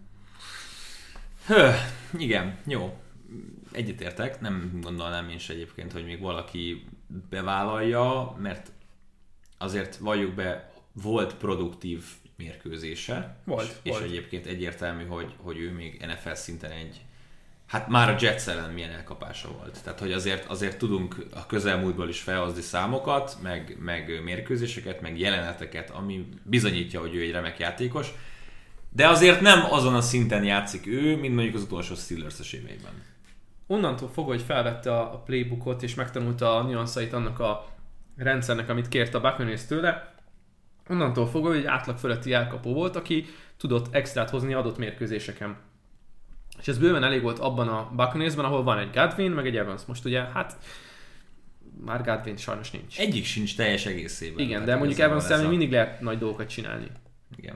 Igen, jó. Egyetértek, nem gondolnám én se egyébként, hogy még valaki bevállalja, mert azért valljuk be, volt produktív mérkőzése, Volt. egyébként egyértelmű, hogy ő még NFL szinten hát már a Jets ellen milyen elkapása volt. Tehát, hogy azért tudunk a közelmúltból is felhozni számokat, meg mérkőzéseket, meg jeleneteket, ami bizonyítja, hogy ő egy remek játékos. De azért nem azon a szinten játszik ő, mint mondjuk az utolsó Steelers-es éveiben. Onnantól fogva, hogy felvette a playbookot, és megtanulta a nüanszait annak a rendszernek, amit kért a Buccaneers tőle, onnantól fogva, hogy egy átlag fölötti elkapó volt, aki tudott extrát hozni adott mérkőzéseken. És ez bőven elég volt abban a Buccaneersben, ahol van egy Godwin, meg egy Evans. Most ugye, hát már Godwin sajnos nincs. Egyik sincs teljes egészében. Igen, de mondjuk Evans-szel még mindig lehet nagy dolgokat csinálni. Igen.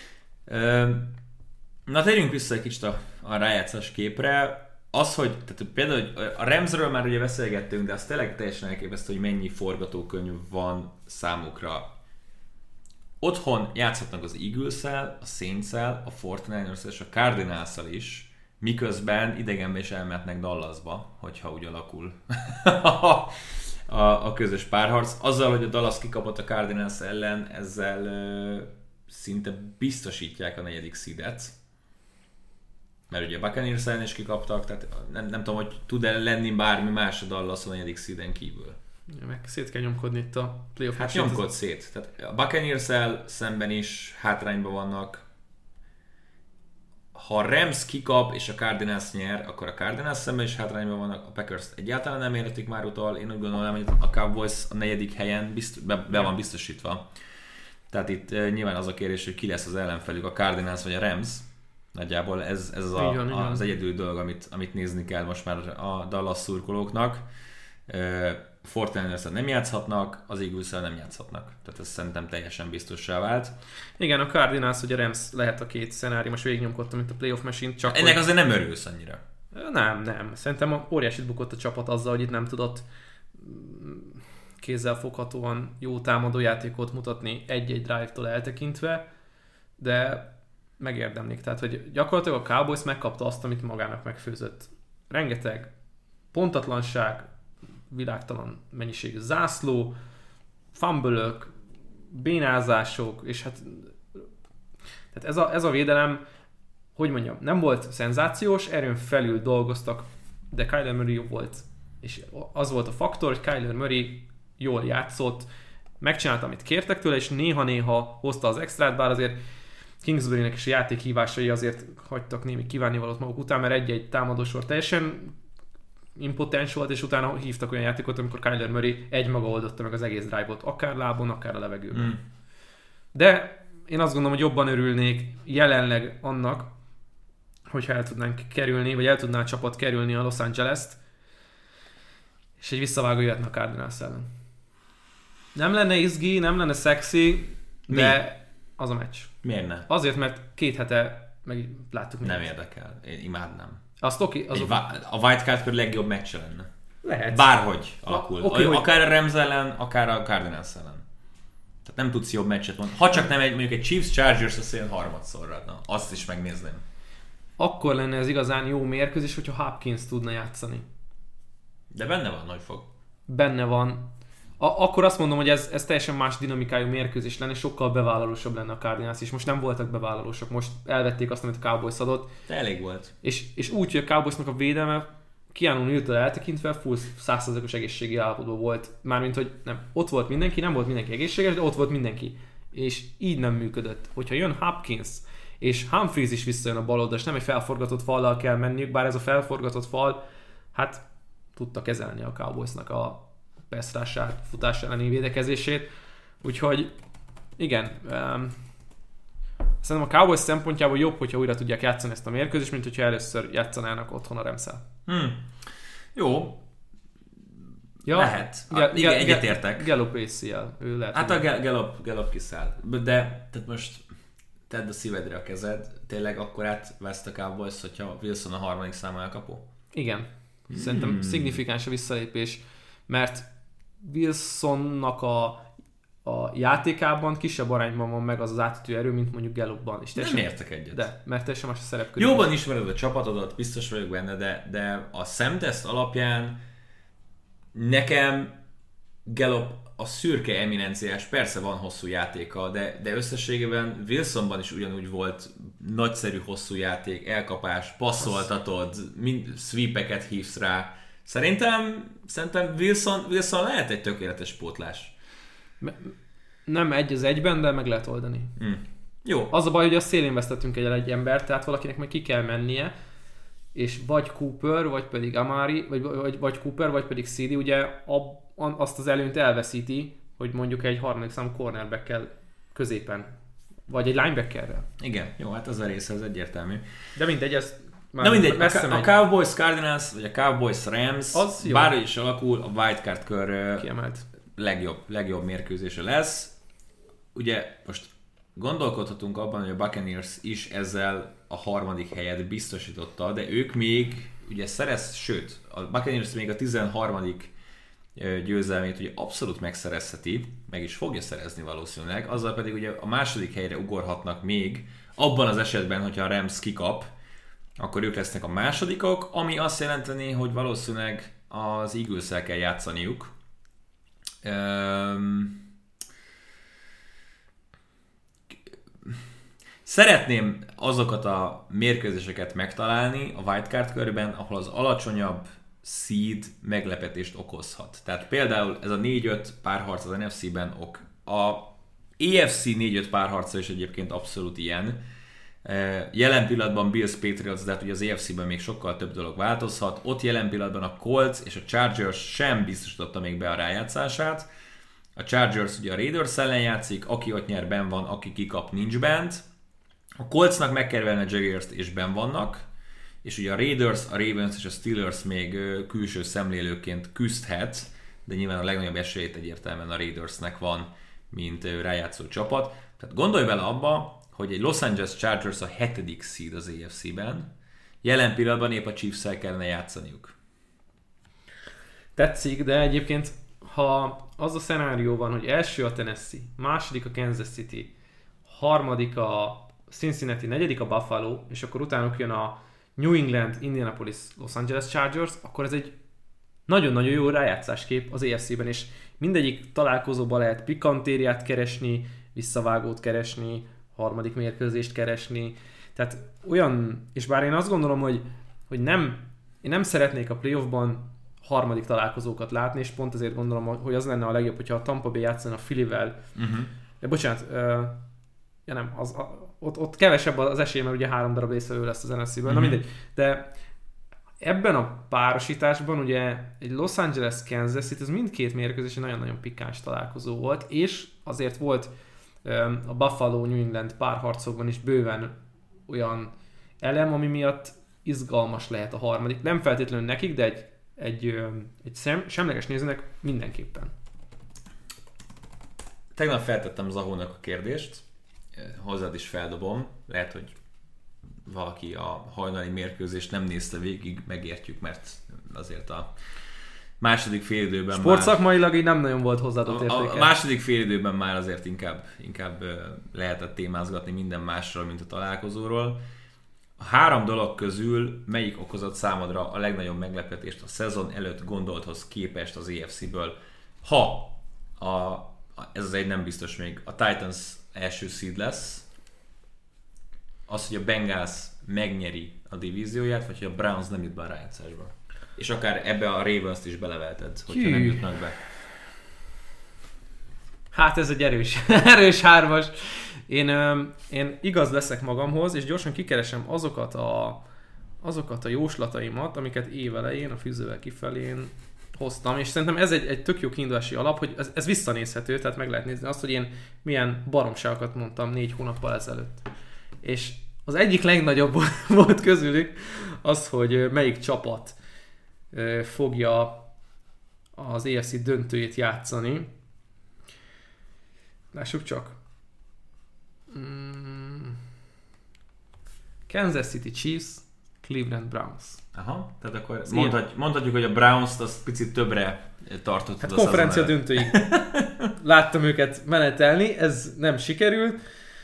Na térjünk vissza egy kicsit a rájátszás képre. Az, hogy tehát például hogy a Ramsről már ugye beszélgettünk, de az tényleg teljesen elképesztő, hogy mennyi forgatókönyv van számukra. Otthon játszhatnak az Eagles-szel, a Saints-szel, a 49ers-szel és a Cardinals-szel is, miközben idegenben is elmehetnek Dallasba, hogyha úgy alakul a közös párharc. Azzal, hogy a Dallas kikapott a Cardinals ellen, ezzel szinte biztosítják a 4. seedet. Mert ugye a Buccaneers ellen is kikaptak, tehát nem tudom, hogy tud-e lenni bármi más a Dallas a 4. seeden kívül. Ja, meg szét kell nyomkodni itt a playoff. Hát nyomkod szét. Tehát a Buccaneers-el szemben is hátrányban vannak. Ha a Rams kikap és a Cardinals nyer, akkor a Cardinals szemben is hátrányban vannak. A Packers egyáltalán nem érhetik már utal. Én úgy gondolom, hogy a Cowboys a 4. helyen be van biztosítva. Tehát itt nyilván az a kérdés, hogy ki lesz az ellenfelük, a Cardinals vagy a Rams. Nagyjából ez az egyedül dolog, amit nézni kell most már a Dallas szurkolóknak. Fortnite-en nem játszhatnak, az Eagles-el nem játszhatnak. Tehát ez szerintem teljesen biztossá vált. Igen, a Cardinals vagy a Rams lehet a két szenárium, most végignyomkodtam itt a playoff machine-t. Csak ennek azért nem örülsz annyira. Nem. Szerintem óriásit bukott a csapat azzal, hogy itt nem tudott kézzelfoghatóan jó támadójátékot mutatni egy-egy drive-tól eltekintve, de megérdemlik. Tehát, hogy gyakorlatilag a Cowboys megkapta azt, amit magának megfőzött. Rengeteg pontatlanság, világtalan mennyiségű zászló, fumble-ök, bénázások, és hát tehát ez a védelem, hogy mondjam, nem volt szenzációs, erőn felül dolgoztak, de Kyler Murray jó volt. És az volt a faktor, hogy Kyler Murray jól játszott, megcsinálta, amit kértek tőle, és néha-néha hozta az extrát, bár azért Kingsbury-nek is a játékhívásai azért hagytak némi kívánnivalót maguk után, mert egy-egy támadósor teljesen impotens volt, és utána hívtak olyan játékot, amikor Kyler Murray egymaga oldotta meg az egész drive-ot, akár lábon, akár a levegőben. De én azt gondolom, hogy jobban örülnék jelenleg annak, hogyha el tudnánk kerülni, vagy el tudná a csapat kerülni a Los Angeles-t, és egy visszavágó jöhetne a Cardinals ellen. Nem lenne izgi, nem lenne szexi, de az a meccs. Miért ne? Azért, mert 2 hete meg láttuk mindent. Nem érdekel. Én imádnám. Azt a Wildcard kör legjobb meccse lenne. Lehet. Bárhogy alakul. Okay, akár a Rams ellen, akár a Cardinals ellen. Tehát nem tudsz jobb meccset mondani. Ha csak nem mondjuk egy Chiefs-Chargers, azt én harmadszorra. Na, azt is megnézném. Akkor lenne ez igazán jó mérkőzés, hogyha Hopkins tudna játszani. De benne van, hogy fog. Benne van. Akkor azt mondom, hogy ez teljesen más dinamikájú mérkőzés lenne, sokkal bevállalósabb lenne a Cardinals is. Most nem voltak bevállalósak, most elvették azt, amit a Cowboys adott. De elég volt. És úgy, hogy a Cowboysnak a védelme Keanu Neal-től eltekintve full 100%-os egészségi állapotban volt. Mármint, hogy nem, ott volt mindenki, nem volt mindenki egészséges, de ott volt mindenki. És így nem működött. Hogyha jön Hopkins, és Humphries is visszajön a bal oldalra, és nem egy felforgatott fallal kell menniük, bár ez a felforgatott fal, hát tudta kezelni a Cowboysnak a pass-rush futás elleni védekezését. Úgyhogy igen, szerintem a Cowboys szempontjából jobb, hogyha újra tudják játszani ezt a mérkőzést, mint hogyha először játszanának otthon a Ramszel. Jó. Ja, lehet. Igen, egyetértek. Gallup ACL. Ő lehet. Hát a Gallup kiszáll. De tehát most tedd a szívedre a kezed, tényleg akkor átveszt a Cowboys, hogyha Wilson a harmadik számú elkapó? Igen. Szerintem szignifikáns a visszalépés, mert Wilsonnak a játékában kisebb arányban van meg az átütő erő, mint mondjuk Gallupban. És nem értek egyet. De, mert teljesen más a szerepkör. Jóban ismered a csapatodat, biztos vagyok benne, de a szemteszt alapján nekem Gallup a szürke eminenciás, persze van hosszú játéka, de összességében Wilsonban is ugyanúgy volt nagyszerű hosszú játék, elkapás, passzoltatod, sweepeket hívsz rá. Szerintem Wilson lehet egy tökéletes pótlás. Nem egy az egyben, de meg lehet oldani. Jó. Az a baj, hogy a szélén vesztettünk egy embert, tehát valakinek meg ki kell mennie, és vagy Cooper, vagy pedig Amari, vagy Cooper, vagy pedig CD, ugye azt az előnyt elveszíti, hogy mondjuk egy harmadik számú cornerbackkel középen, vagy egy linebackerrel. Igen, jó, hát az a része az egyértelmű. De mindegy, ez már mindegy, a Cowboys Cardinals, vagy a Cowboys Rams, bárhogy is alakul, a wildcard kör kiemelt legjobb mérkőzése lesz. Ugye most gondolkodhatunk abban, hogy a Buccaneers is ezzel a harmadik helyet biztosította, de ők még ugye sőt, a Buccaneers még a 13. győzelmét ugye abszolút megszerezheti, meg is fogja szerezni valószínűleg, azzal pedig ugye a második helyre ugorhatnak még, abban az esetben, hogyha a Rams kikap, akkor ők lesznek a másodikok, ami azt jelenteni, hogy valószínűleg az Eagles-el kell játszaniuk. Szeretném azokat a mérkőzéseket megtalálni a wildcard körben, ahol az alacsonyabb seed meglepetést okozhat. Tehát például ez a 4-5 párharc az NFC-ben a AFC 4-5 párharca is egyébként abszolút ilyen. Jelen pillanatban Bills Patriots, de hát ugye az AFC-ben még sokkal több dolog változhat. Ott jelen pillanatban a Colts és a Chargers sem biztosította még be a rájátszását. A Chargers ugye a Raiders ellen játszik, aki ott nyer, benn van, aki kikap, nincs bent. A Coltsnak meg kell venni a Jaguars-t, és benn vannak. És ugye a Raiders, a Ravens és a Steelers még külső szemlélőként küzdhet, de nyilván a legnagyobb esélyt egyértelműen a Raidersnek van, mint rájátszó csapat. Tehát gondolj bele abba, hogy egy Los Angeles Chargers a 7. seed az AFC-ben, jelen pillanatban épp a Chiefs-szel kellene játszaniuk. Tetszik, de egyébként, ha az a szenárió van, hogy első a Tennessee, második a Kansas City, harmadik a Cincinnati, negyedik a Buffalo, és akkor utánuk jön a New England, Indianapolis, Los Angeles Chargers, akkor ez egy nagyon-nagyon jó rájátszáskép az AFC-ben, és mindegyik találkozóban lehet pikantériát keresni, visszavágót keresni, harmadik mérkőzést keresni. Tehát olyan, és bár én azt gondolom, hogy én nem szeretnék a playoffban harmadik találkozókat látni, és pont ezért gondolom, hogy az lenne a legjobb, hogyha a Tampa Bay játszana a Phillyvel. De bocsánat, ott kevesebb az esély, mert ugye 3 darab részvevő lesz az NFC-ből, na mindegy. De ebben a párosításban ugye egy Los Angeles Kansas City, ez mindkét mérkőzés nagyon-nagyon pikáns találkozó volt, és azért volt a Buffalo New England párharcokban is bőven olyan elem, ami miatt izgalmas lehet a harmadik. Nem feltétlenül nekik, de egy semleges nézőnek mindenképpen. Tegnap feltettem Zahónak a kérdést, hozzád is feldobom, lehet, hogy valaki a hajnali mérkőzést nem nézte végig, megértjük, mert azért a második félidőben sportszakmailag így nem nagyon volt hozzáadott értéke. A második félidőben már azért inkább lehetett témázgatni minden másról, mint a találkozóról. A 3 dolog közül melyik okozott számodra a legnagyobb meglepetést a szezon előtt gondolthoz képest az AFC-ből? Ha ez az egy nem biztos még, a Titans első seed lesz, az, hogy a Bengals megnyeri a divízióját, vagy hogy a Browns nem jut be a rájátszásba. És akár ebbe a Ravens-t is belevelted, hogyha nem jutnak be. Hát ez egy erős hármas. Én igaz leszek magamhoz, és gyorsan kikeresem azokat a jóslataimat, amiket évelején, a fűzővel kifelén hoztam, és szerintem ez egy tök jó kiindulási alap, hogy ez visszanézhető, tehát meg lehet nézni azt, hogy én milyen baromságokat mondtam 4 hónappal ezelőtt. És az egyik legnagyobb volt közülük az, hogy melyik csapat fogja az AFC döntőjét játszani. Lássuk csak. Kansas City Chiefs, Cleveland Browns. Aha, tehát akkor mondhatjuk, hogy a Browns-t az picit többre tartott. Hát konferencia döntőig láttam őket menetelni, ez nem sikerült.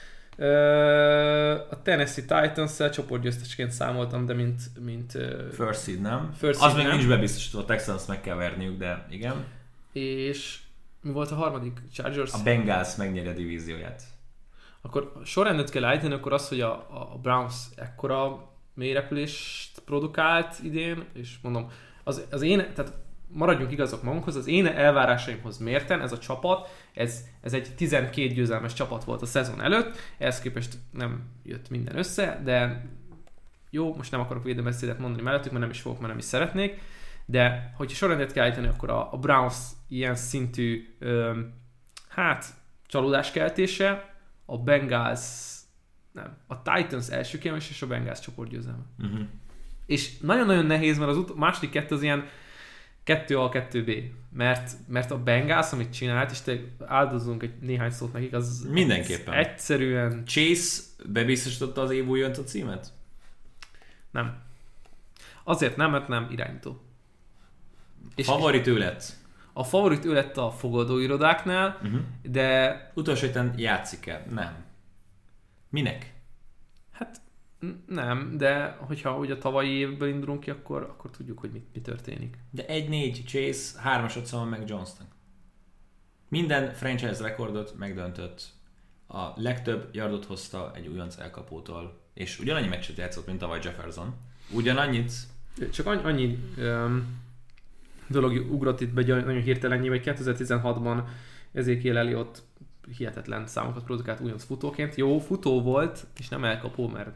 A Tennessee Titans-szel csoportgyőztesként számoltam, de mint First seed, nem? First az seed, még nincs bebiztosítva, a Texans meg kell verniük, de igen. És mi volt a harmadik? Chargers? A Bengals megnyeri a divízióját. Akkor sorrendet kell állítani, akkor az, hogy a Browns ekkora mélyrepülést produkált idén, és mondom, az én, tehát maradjunk igazak magunkhoz, az én elvárásaimhoz mérten ez a csapat, ez egy 12 győzelmes csapat volt a szezon előtt, ehhez képest nem jött minden össze, de jó, most nem akarok védőbeszédet mondani mellettük, mert nem is fogok, mert nem is szeretnék, de hogyha sorrendet kell állítani, akkor a Browns ilyen szintű csalódáskeltése, a Bengals nem, a Titans első kiemelés és a Bengals csoportgyőzelme. Uh-huh. És nagyon-nagyon nehéz, mert az második kettő az ilyen 2A, 2B. Mert a Bengals, amit csinált, és áldozunk egy néhány szót nekik, az mindenképpen. Egyszerűen... Chase bebiztosította az év újonc címet? Nem. Azért nem, mert nem irányító. Favorit ő lett. A favorit ő lett a fogadóirodáknál, de... Utolsó héten játszik-e? Nem. Minek? Hát nem, de hogyha ugye a tavalyi évből indulunk ki, akkor tudjuk, hogy mi történik. De 1-4 Chase, 3-asodszor van meg Johnston. Minden franchise rekordot megdöntött. A legtöbb yardot hozta egy újonc elkapótól. És ugyanannyi meccset játszott, mint tavaly Jefferson. Ugyanannyit. Csak annyi dolog ugrott itt be nagyon hirtelennyé, hogy 2016-ban Ezekiel Elliott hihetetlen számokat produkált újonc futóként. Jó, futó volt, és nem elkapó, mert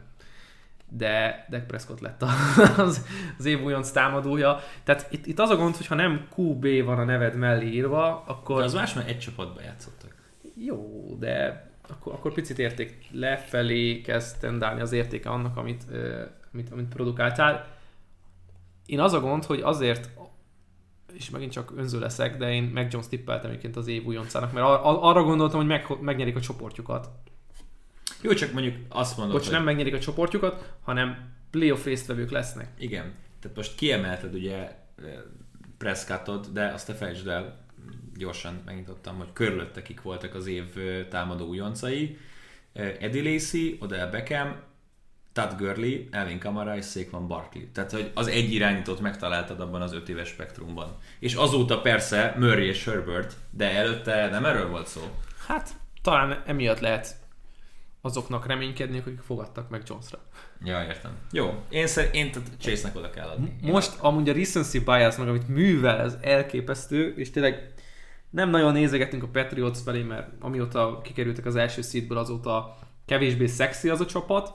de Dak Prescott lett az év újonc támadója. Tehát itt az a gond, hogy ha nem QB van a neved mellé írva, akkor... De az más, mert egy csapatba játszottak. Jó, de akkor picit érték lefelé kezd tendálni az értéke annak, amit produkáltál. Én az a gond, hogy azért, és megint csak önző leszek, de én Mac Jones tippeltem egyébként az év újoncának, mert arra gondoltam, hogy megnyerik a csoportjukat. Jó, csak mondjuk azt mondod, hogy... nem megnyerik a csoportjukat, hanem playoff résztvevők lesznek. Igen. Tehát most kiemelted ugye Prescottot, de azt te felejtsd el, gyorsan megnyitottam, hogy körülötte kik voltak az év támadó újoncai. Eddie Lacy, Odell Beckham, Todd Gurley, Alvin Kamara és Saquon Barkley. Tehát, hogy az egy irányítót megtaláltad abban az 5 éves spektrumban. És azóta persze Murray és Herbert, de előtte nem erről volt szó. Hát talán emiatt lehet azoknak reménykedni, akik fogadtak meg Jonesra. Ja, értem. Jó, én Chase-nek oda kell adni. Most amúgy a recency bias meg, amit művel, ez elképesztő, és tényleg nem nagyon nézegetünk a Patriots felé, mert amióta kikerültek az első seedből, azóta kevésbé szexi az a csapat,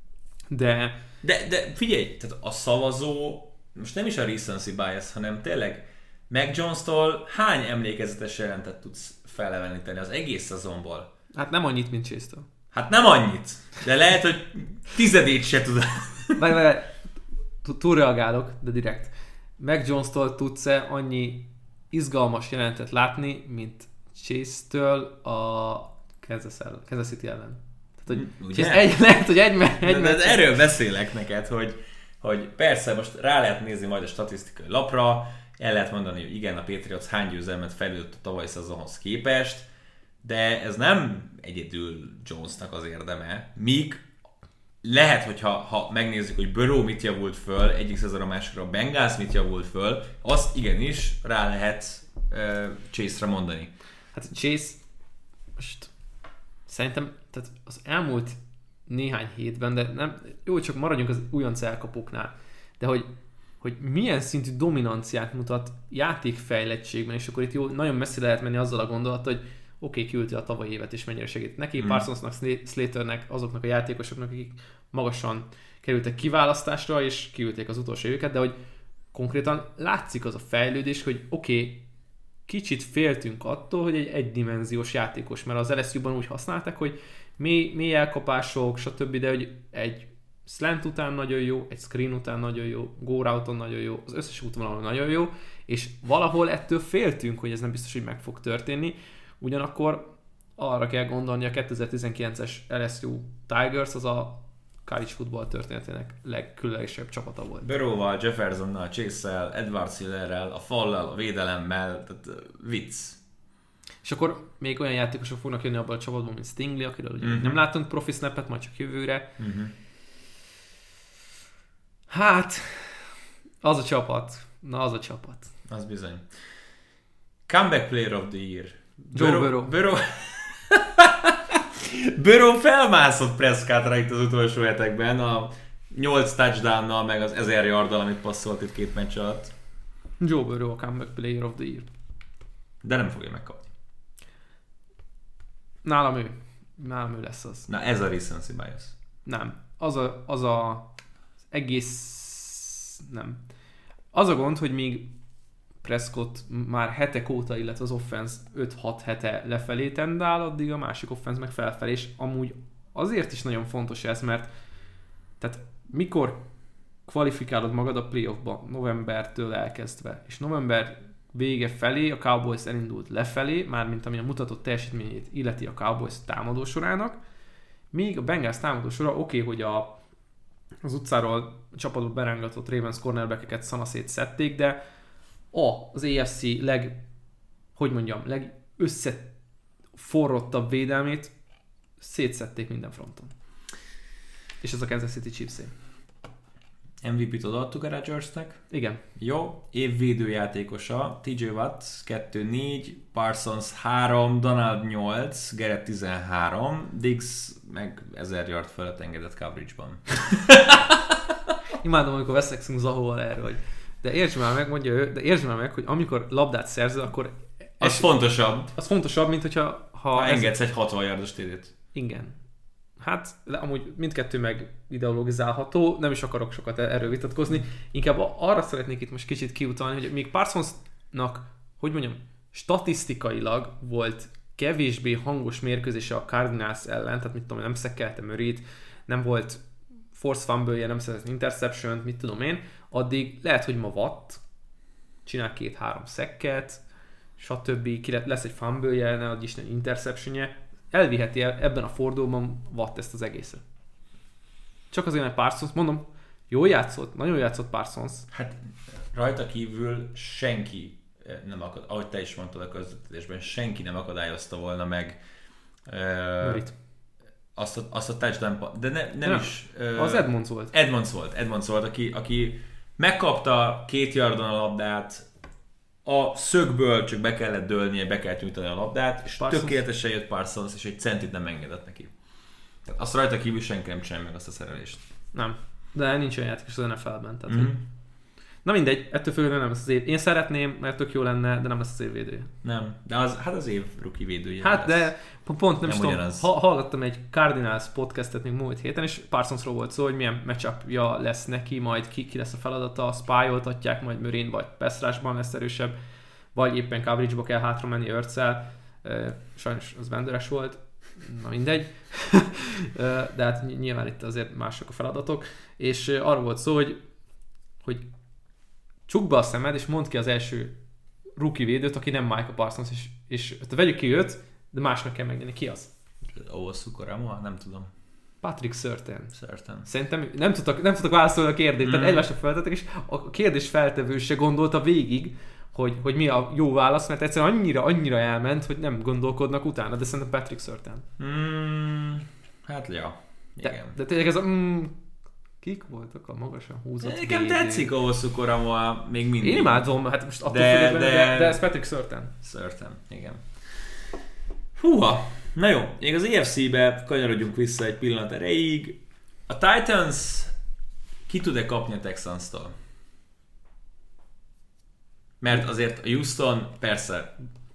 de figyelj, tehát a szavazó, most nem is a recency bias, hanem tényleg Mac Jones-tól hány emlékezetes jelentet tudsz feleleveníteni az egész szezonból? Hát nem annyit, mint Chase-től. Hát nem annyit, de lehet, hogy 10-ét se tud. Várj, túlreagálok, de direkt. Mac Jones-tól tudsz-e annyi izgalmas jelentet látni, mint Chase-től a Kansas City ellen? Tehát, hogy lehet, hogy egy de erről beszélek neked, hogy persze most rá lehet nézni majd a statisztikai lapra, el lehet mondani, hogy igen, a Patriots hány győzelmet fejlődött a tavalyi szezonhoz képest, de ez nem egyedül Jonesnak az érdeme, míg lehet, hogy ha megnézzük, hogy Burrow mit javult föl egyik szezonra másikra, a Bengals mit javult föl, azt igenis rá lehet Chase-re mondani. Hát Chase most szerintem tehát az elmúlt néhány hétben, de nem, jó, csak maradjunk az újonc elkapóknál, de hogy milyen szintű dominanciát mutat játékfejlettségben, és akkor itt jó, nagyon messzire lehet menni azzal a gondolattal, hogy oké, küldte a tavalyi évet, és mennyire segít neki, Parsonsnak, Slaternek, azoknak a játékosoknak, akik magasan kerültek kiválasztásra, és kiülték az utolsó évüket, de hogy konkrétan látszik az a fejlődés, hogy oké, kicsit féltünk attól, hogy egy egydimenziós játékos, mert az LSU-ban úgy használták, hogy mély elkapások, stb., de hogy egy slant után nagyon jó, egy screen után nagyon jó, go route-on nagyon jó, az összes útvonalon nagyon jó, és valahol ettől féltünk, hogy ez nem biztos, hogy meg fog történni. Ugyanakkor arra kell gondolni, a 2019-es LSU Tigers az a college football történetének legkülönlegesebb csapata volt. Burrowval, Jeffersonnal, Chase-szel, Edward Hillerrel, a fallal, a védelemmel, tehát vicc. És akkor még olyan játékosok fognak jönni abban a csapatban, mint Stingley, akiről ugye nem látunk profi snappet, majd csak jövőre. Hát, az a csapat. Na, az a csapat. Az bizony. Comeback Player of the Year. Joe Burrow. Burrow felmászott Prescottra itt az utolsó hetekben, a 8 touchdownnal, meg az 1000 yarddal, amit passzolt itt 2 meccs alatt. Joe Burrow a Comeback Player of the Year. De nem fogja megkapni. Nálam ő lesz az. Na ez a recency bias. Nem. Az egész... Nem. Az a gond, hogy még Prescott már hetek óta, illetve az offense 5-6 hete lefelé tendál, addig a másik offense meg felfelé, és amúgy azért is nagyon fontos ez, mert tehát mikor kvalifikálod magad a playoffba novembertől elkezdve, és november vége felé a Cowboys elindult lefelé, mármint ami a mutatott teljesítményét illeti a Cowboys támadósorának, míg a Bengals támadósora oké, hogy az utcáról csapatba berángatott Ravens cornerbackeket szanaszét szedték, de az AFC legösszeforrottabb védelmét szétszedték minden fronton. És ez a Kansas City Chiefs-é. MVP-t odaadtuk a Rodgersnek. Igen. Jó, év védőjátékosa, TJ Watt 2-4, Parsons 3, Donald 8, Garrett 13, Diggs meg 1000 yard fölött engedett coverage-ban. Imádom, amikor veszekszünk Zahóval erről, hogy de értsd már meg, mondja ő, hogy amikor labdát szerzel, akkor... Az fontosabb. Az fontosabb, mint hogyha... Ha engedsz egy 60 yardos TD-t. Igen. Hát, amúgy mindkettő meg ideologizálható, nem is akarok sokat erről vitatkozni. Inkább arra szeretnék itt most kicsit kiutalni, hogy még Parsonsnak, statisztikailag volt kevésbé hangos mérkőzése a Cardinals ellen, tehát mit tudom, nem szekkelte Murrayt, nem volt force fumble-je, nem szerzett interception-t, mit tudom én, addig lehet, hogy ma Watt csinál 2-3 szekket, stb. Lesz egy fumble-je, ne adj Isten interception-je, elviheti ebben a fordulóban Watt ezt az egészet. Csak azért, mert Parsons, mondom, jól játszott, nagyon játszott Parsons. Hát rajta kívül senki nem ahogy te is mondtad a közvetítésben, senki nem akadályozta volna meg azt a touchdown, de nem is. Az Edmonds volt. Edmonds volt, aki megkapta 2 yardon a labdát, a szögből csak be kellett dőlnie, be kellett nyújtani a labdát, és tökéletesen jött Parsons, és egy centit nem engedett neki. Tehát azt rajta kívül senki nem csinálja meg azt a szerelést. Nem, de nincs olyan játékos az NFL-ben. Tehát, na mindegy, ettől függően nem lesz az év. Én szeretném, mert tök jó lenne, de nem lesz az év védője. Nem, de az év rookie védője. Hát lesz. De pont nem tudom, ugyanaz. hallgattam egy Cardinals podcastet még múlt héten, és Parsonsról volt szó, hogy milyen matchupja lesz neki, majd ki lesz a feladata, spyoltatják, majd Murray vagy pass rushban lesz erősebb, vagy éppen coverage-ba kell hátra menni Ertzel. Sajnos az Benderes volt, na mindegy. De hát nyilván itt azért mások a feladatok. És arról volt szó, hogy csukd be a szemed, és mondd ki az első rookie védőt, aki nem Micah Parsons, és vegyük ki őt, de másnak kell megnyerni. Ki az? Owusu-Koramoah? Nem tudom. Patrick Surtain. Szerintem nem tudtak válaszolni a kérdést, tehát egymásra feltettek, és a kérdés feltevő se gondolta végig, hogy mi a jó válasz, mert egyszerűen annyira elment, hogy nem gondolkodnak utána, de szerintem Patrick Surtain. Hát ja, igen. De tényleg ez a... Kik voltak a magasan húzott nekem tetszik Owusu-Koramoah még mindig. Én imádom, hát most attól függően, de ez Patrick Surtain. Surtain, igen. Húha, na jó, még az EFC-be kanyarodjunk vissza egy pillanat erejéig. A Titans ki tud-e kapni a Texans-tól? Mert azért a Houston, persze,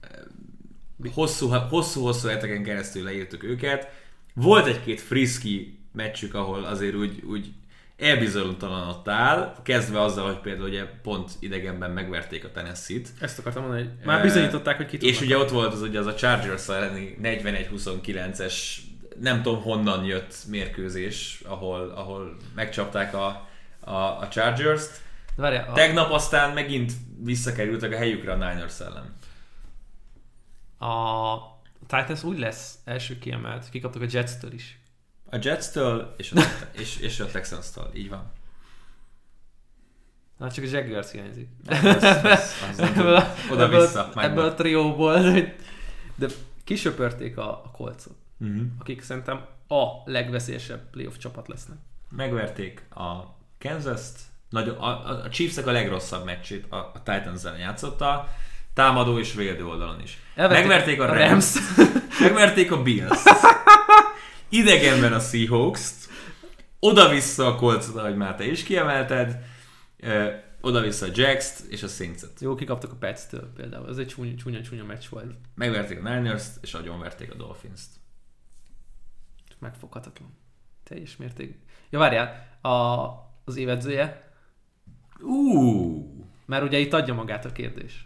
hosszú heteken keresztül leírtuk őket. Volt egy-két frisky meccsük, ahol azért úgy elbizonytalanodtál, kezdve azzal, hogy például ugye pont idegenben megverték a Tennessee-t. Ezt akartam mondani, hogy már bizonyították, hogy ki tudnak. És ugye ott volt az a Chargers elleni 41-29-es nem tudom honnan jött mérkőzés, ahol megcsapták a Chargers-t. Tegnap aztán megint visszakerültek a helyükre a Niners ellen. A Titans úgy lesz első kiemelt, kikaptak a Jets-től is. A Jets-től és a Texans-től, így van. Na, csak a Jaguars hiányzik. Oda-vissza. Ebből a trióból, de kisöpörték a Colts-ot, akik szerintem a legveszélyesebb playoff csapat lesznek. Megverték a Kansas-t, a Chiefs-ek a legrosszabb meccsét a Titans-en játszotta, támadó és védő oldalon is. Megverték a Rams-t, megverték a Bills-t, idegenben a Seahawks-t, oda-vissza a Colts-ot, ahogy már te is kiemelted, oda-vissza a Jacks-t és a Saints-et. Jó, kikaptak a Pets-től például, ez egy csúnya meccs volt. Megverték a Niners-t és agyonverték a Dolphins-t. Megfoghatatlan. Teljes mérték. Ja, várjál, az évedzője? Mert ugye itt adja magát a kérdés.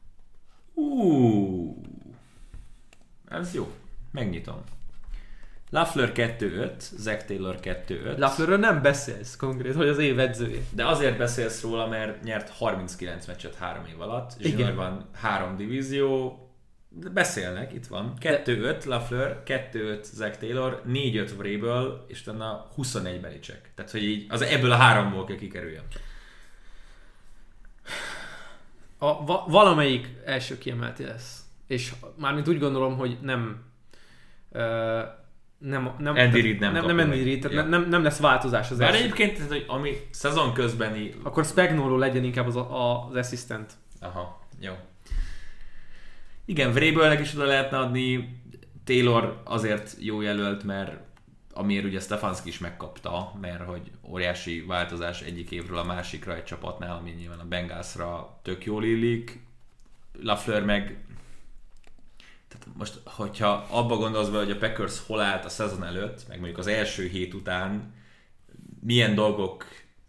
Ez jó. Megnyitom. Lafleur 2-5, Zach Taylor 2-5. Lafleurről nem beszélsz konkrét, hogy az évedzője. De azért beszélsz róla, mert nyert 39 meccset 3 év alatt, és van 3 divízió. De beszélnek, itt van. 2-5 Lafleur, 2-5 Zach Taylor, 4-5 Vrabel, és utána 21 Belichick. Tehát, hogy így ebből a 3-ból kell kikerüljön. Valamelyik első kiemelti lesz. És mármint úgy gondolom, hogy nem Andy Reid nem Andy Reid, tehát nem lesz változás az első. Bár egyébként, hogy ami szezon közbeni... Akkor Spagnuolo legyen inkább az assistant. Aha, jó. Igen, Vrabelnek is oda lehetne adni. Taylor azért jó jelölt, mert amiért ugye Stefanski is megkapta, mert hogy óriási változás egyik évről a másikra egy csapatnál, ami nyilván a Bengalsra tök jól illik. Lafleur meg... Tehát most, hogyha abba gondolsz be, hogy a Packers hol állt a szezon előtt, meg mondjuk az első hét után, milyen dolgok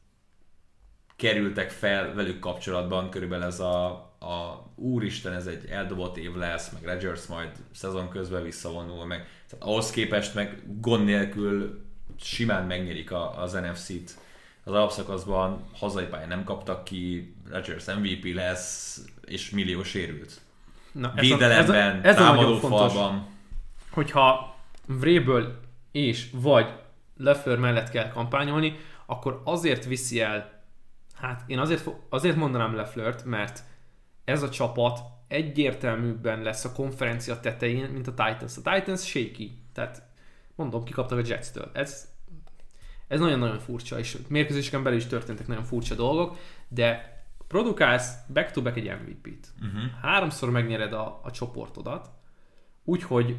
kerültek fel velük kapcsolatban, körülbelül ez a úristen, ez egy eldobott év lesz, meg Rodgers majd szezon közben visszavonul, meg tehát ahhoz képest meg gond nélkül simán megnyerik az NFC-t. Az alapszakaszban hazai pályán nem kaptak ki, Rodgers MVP lesz, és millió sérült. Na, védelemben, ez támadó falban. Hogyha Vrabel és vagy Lafleur mellett kell kampányolni, akkor azért viszi el, hát én azért mondanám Lafleurt, mert ez a csapat egyértelműbben lesz a konferencia tetején, mint a Titans. A Titans shaky, tehát mondom, kikaptak a Jets-től. Ez nagyon-nagyon furcsa, és mérkőzéseken belül is történtek nagyon furcsa dolgok, de produkálsz back-to-back egy MVP-t. 3-szor megnyered a csoportodat, úgyhogy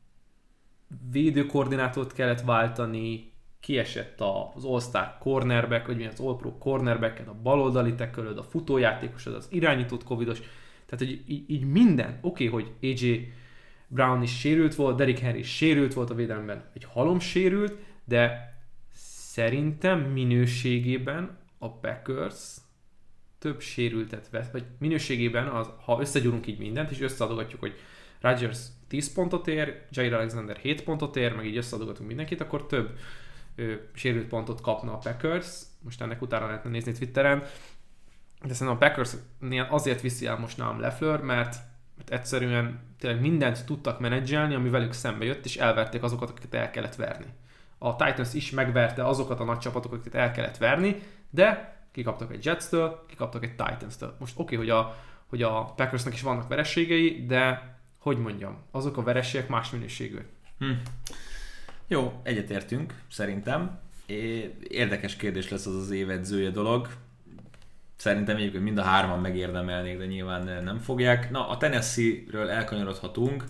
védőkoordinátort kellett váltani, kiesett az All-Star cornerback, vagy az All-Pro cornerback, a baloldali tekölöd, a futójátékosod, az irányított covidos, tehát hogy így minden, oké, hogy AJ Brown is sérült volt, Derrick Henry is sérült volt a védelemben, egy halom sérült, de szerintem minőségében a Packers több sérültet vesz, vagy minőségében, ha összegyúrunk így mindent, és összeadogatjuk, hogy Rodgers 10 pontot ér, Jair Alexander 7 pontot ér, meg így összeadogatunk mindenkit, akkor több sérült pontot kapna a Packers. Most ennek utána lehetne nézni Twitteren. De szerintem a Packersnél azért viszi el most nálam Lafleur, mert egyszerűen tényleg mindent tudtak menedzselni, ami velük szembe jött, és elverték azokat, akiket el kellett verni. A Titans is megverte azokat a nagy csapatokat, akiket el kellett verni, de kikaptak egy Jets-től, kikaptak egy Titans-től. Most oké, hogy a Packersnek is vannak vereségei, de hogy mondjam, azok a vereségek más minőségűek. Jó, egyetértünk, szerintem. Érdekes kérdés lesz az évedzője dolog. Szerintem egyébként mind a hárman megérdemelnék, de nyilván nem fogják. Na, a Tennessee-ről elkanyarodhatunk.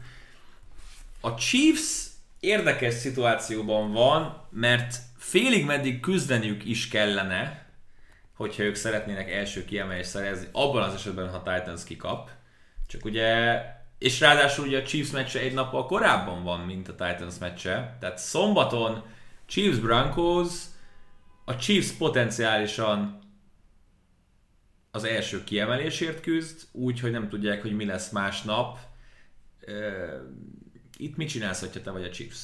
A Chiefs érdekes szituációban van, mert félig meddig küzdeniük is kellene, hogyha ők szeretnének első kiemelést szerezni, abban az esetben, ha Titans kikap. Csak ugye, és ráadásul ugye a Chiefs meccse egy nappal korábban van, mint a Titans meccse. Tehát szombaton Chiefs Broncos, a Chiefs potenciálisan az első kiemelésért küzd, úgyhogy nem tudják, hogy mi lesz másnap. Itt mit csinálsz, hogyha te vagy a Chiefs?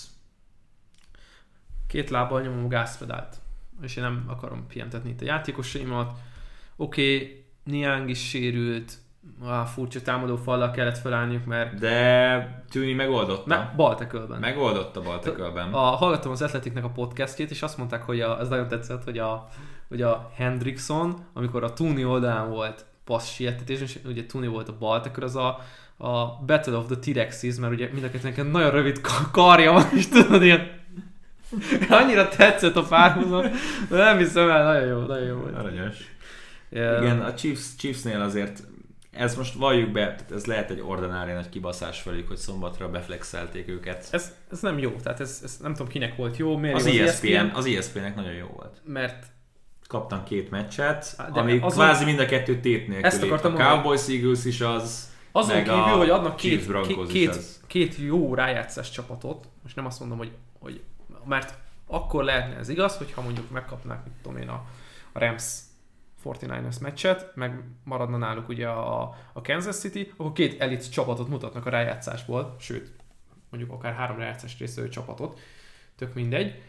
Két lábbal nyomom a gázpedált, és én nem akarom pihentetni itt a játékosaimat. Oké, Niang is sérült, furcsa támadó fallal kellett felállniuk, mert... De Tűni megoldotta. Baltekölben. Megoldotta Baltekölben. Hallgattam az Athleticnek a podcastjét, és azt mondták, hogy ez nagyon tetszett, hogy a Hendrickson, amikor a Tűni oldalán volt passz sietetés, és ugye Tűni volt a baltekör, az a Battle of the T-Rexes, mert ugye mind a kettőnek nagyon rövid karja van, és tudod, ilyen annyira tetszett a párhuzam, de nem hiszem el, nagyon jó volt. Aranyos. Igen, a Chiefsnél azért, ez most valljuk be, ez lehet egy ordinári nagy kibaszás velük, hogy szombatra beflexelték őket. Ez nem jó, tehát ez nem tudom kinek volt jó. Miért az ESPN-nek nagyon jó volt. Mert kaptam 2 meccset, ami kvázi mind a kettő tét nélküli. A Cowboys Eagles is az, azon meg kívül, hogy adnak két jó rájátszás csapatot, most nem azt mondom, hogy mert akkor lehetne ez igaz, hogyha mondjuk megkapnák, mit tudom én, a Rams 49ers meccset, meg maradna náluk ugye a Kansas City, akkor 2 elit csapatot mutatnak a rájátszásból, sőt, mondjuk akár 3 rájátszás résztvevő csapatot, tök mindegy.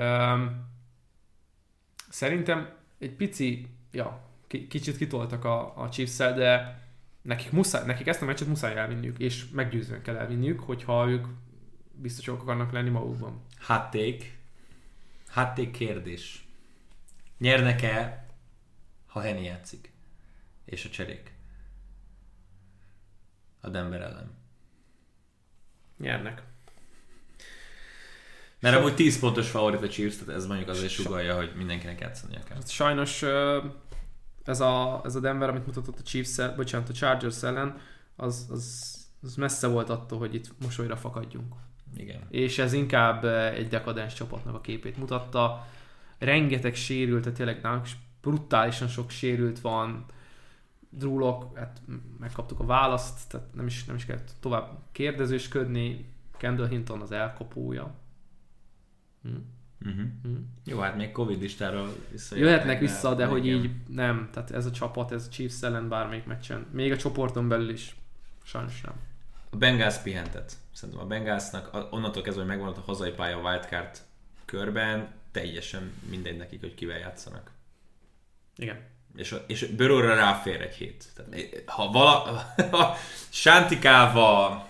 Szerintem egy pici, kicsit kitoltak a Chiefs-szel, de nekik ezt a meccset muszáj elvinniük, és meggyőzően kell elvinniük, hogyha ők biztosak akarnak lenni magukban. Hot take kérdés. Nyernek-e, ha Henny játszik? És a cserék? A Denver ellen. Nyernek. Mert amúgy 10 pontos favorit a Chiefs, tehát ez mondjuk azért sugallja, hogy mindenkinek játszania kell. Sajnos ez a Denver, amit mutatott a Chargers ellen, az messze volt attól, hogy itt mosolyra fakadjunk. Igen. És ez inkább egy dekadens csapatnak a képét mutatta. Rengeteg sérült, tehát tényleg nálunk brutálisan sok sérült van. Drew Lock, hát megkaptuk a választ, tehát nem is kell tovább kérdezősködni. Kendall Hinton az elkapója. Jó, hát még Covid listáról jöhetnek vissza, de hogy így nem. Tehát ez a csapat, ez a Chiefs ellen bármelyik meccsen. Még a csoporton belül is. Sajnos nem. A Bengals pihentett. Szerintem a Bengalsnak onnantól kezdve, hogy megvan a hazai pálya a wildcard körben, teljesen mindegy nekik, hogy kivel játszanak. Igen. És Burrowra ráfér egy hét. Tehát, ha Sántikával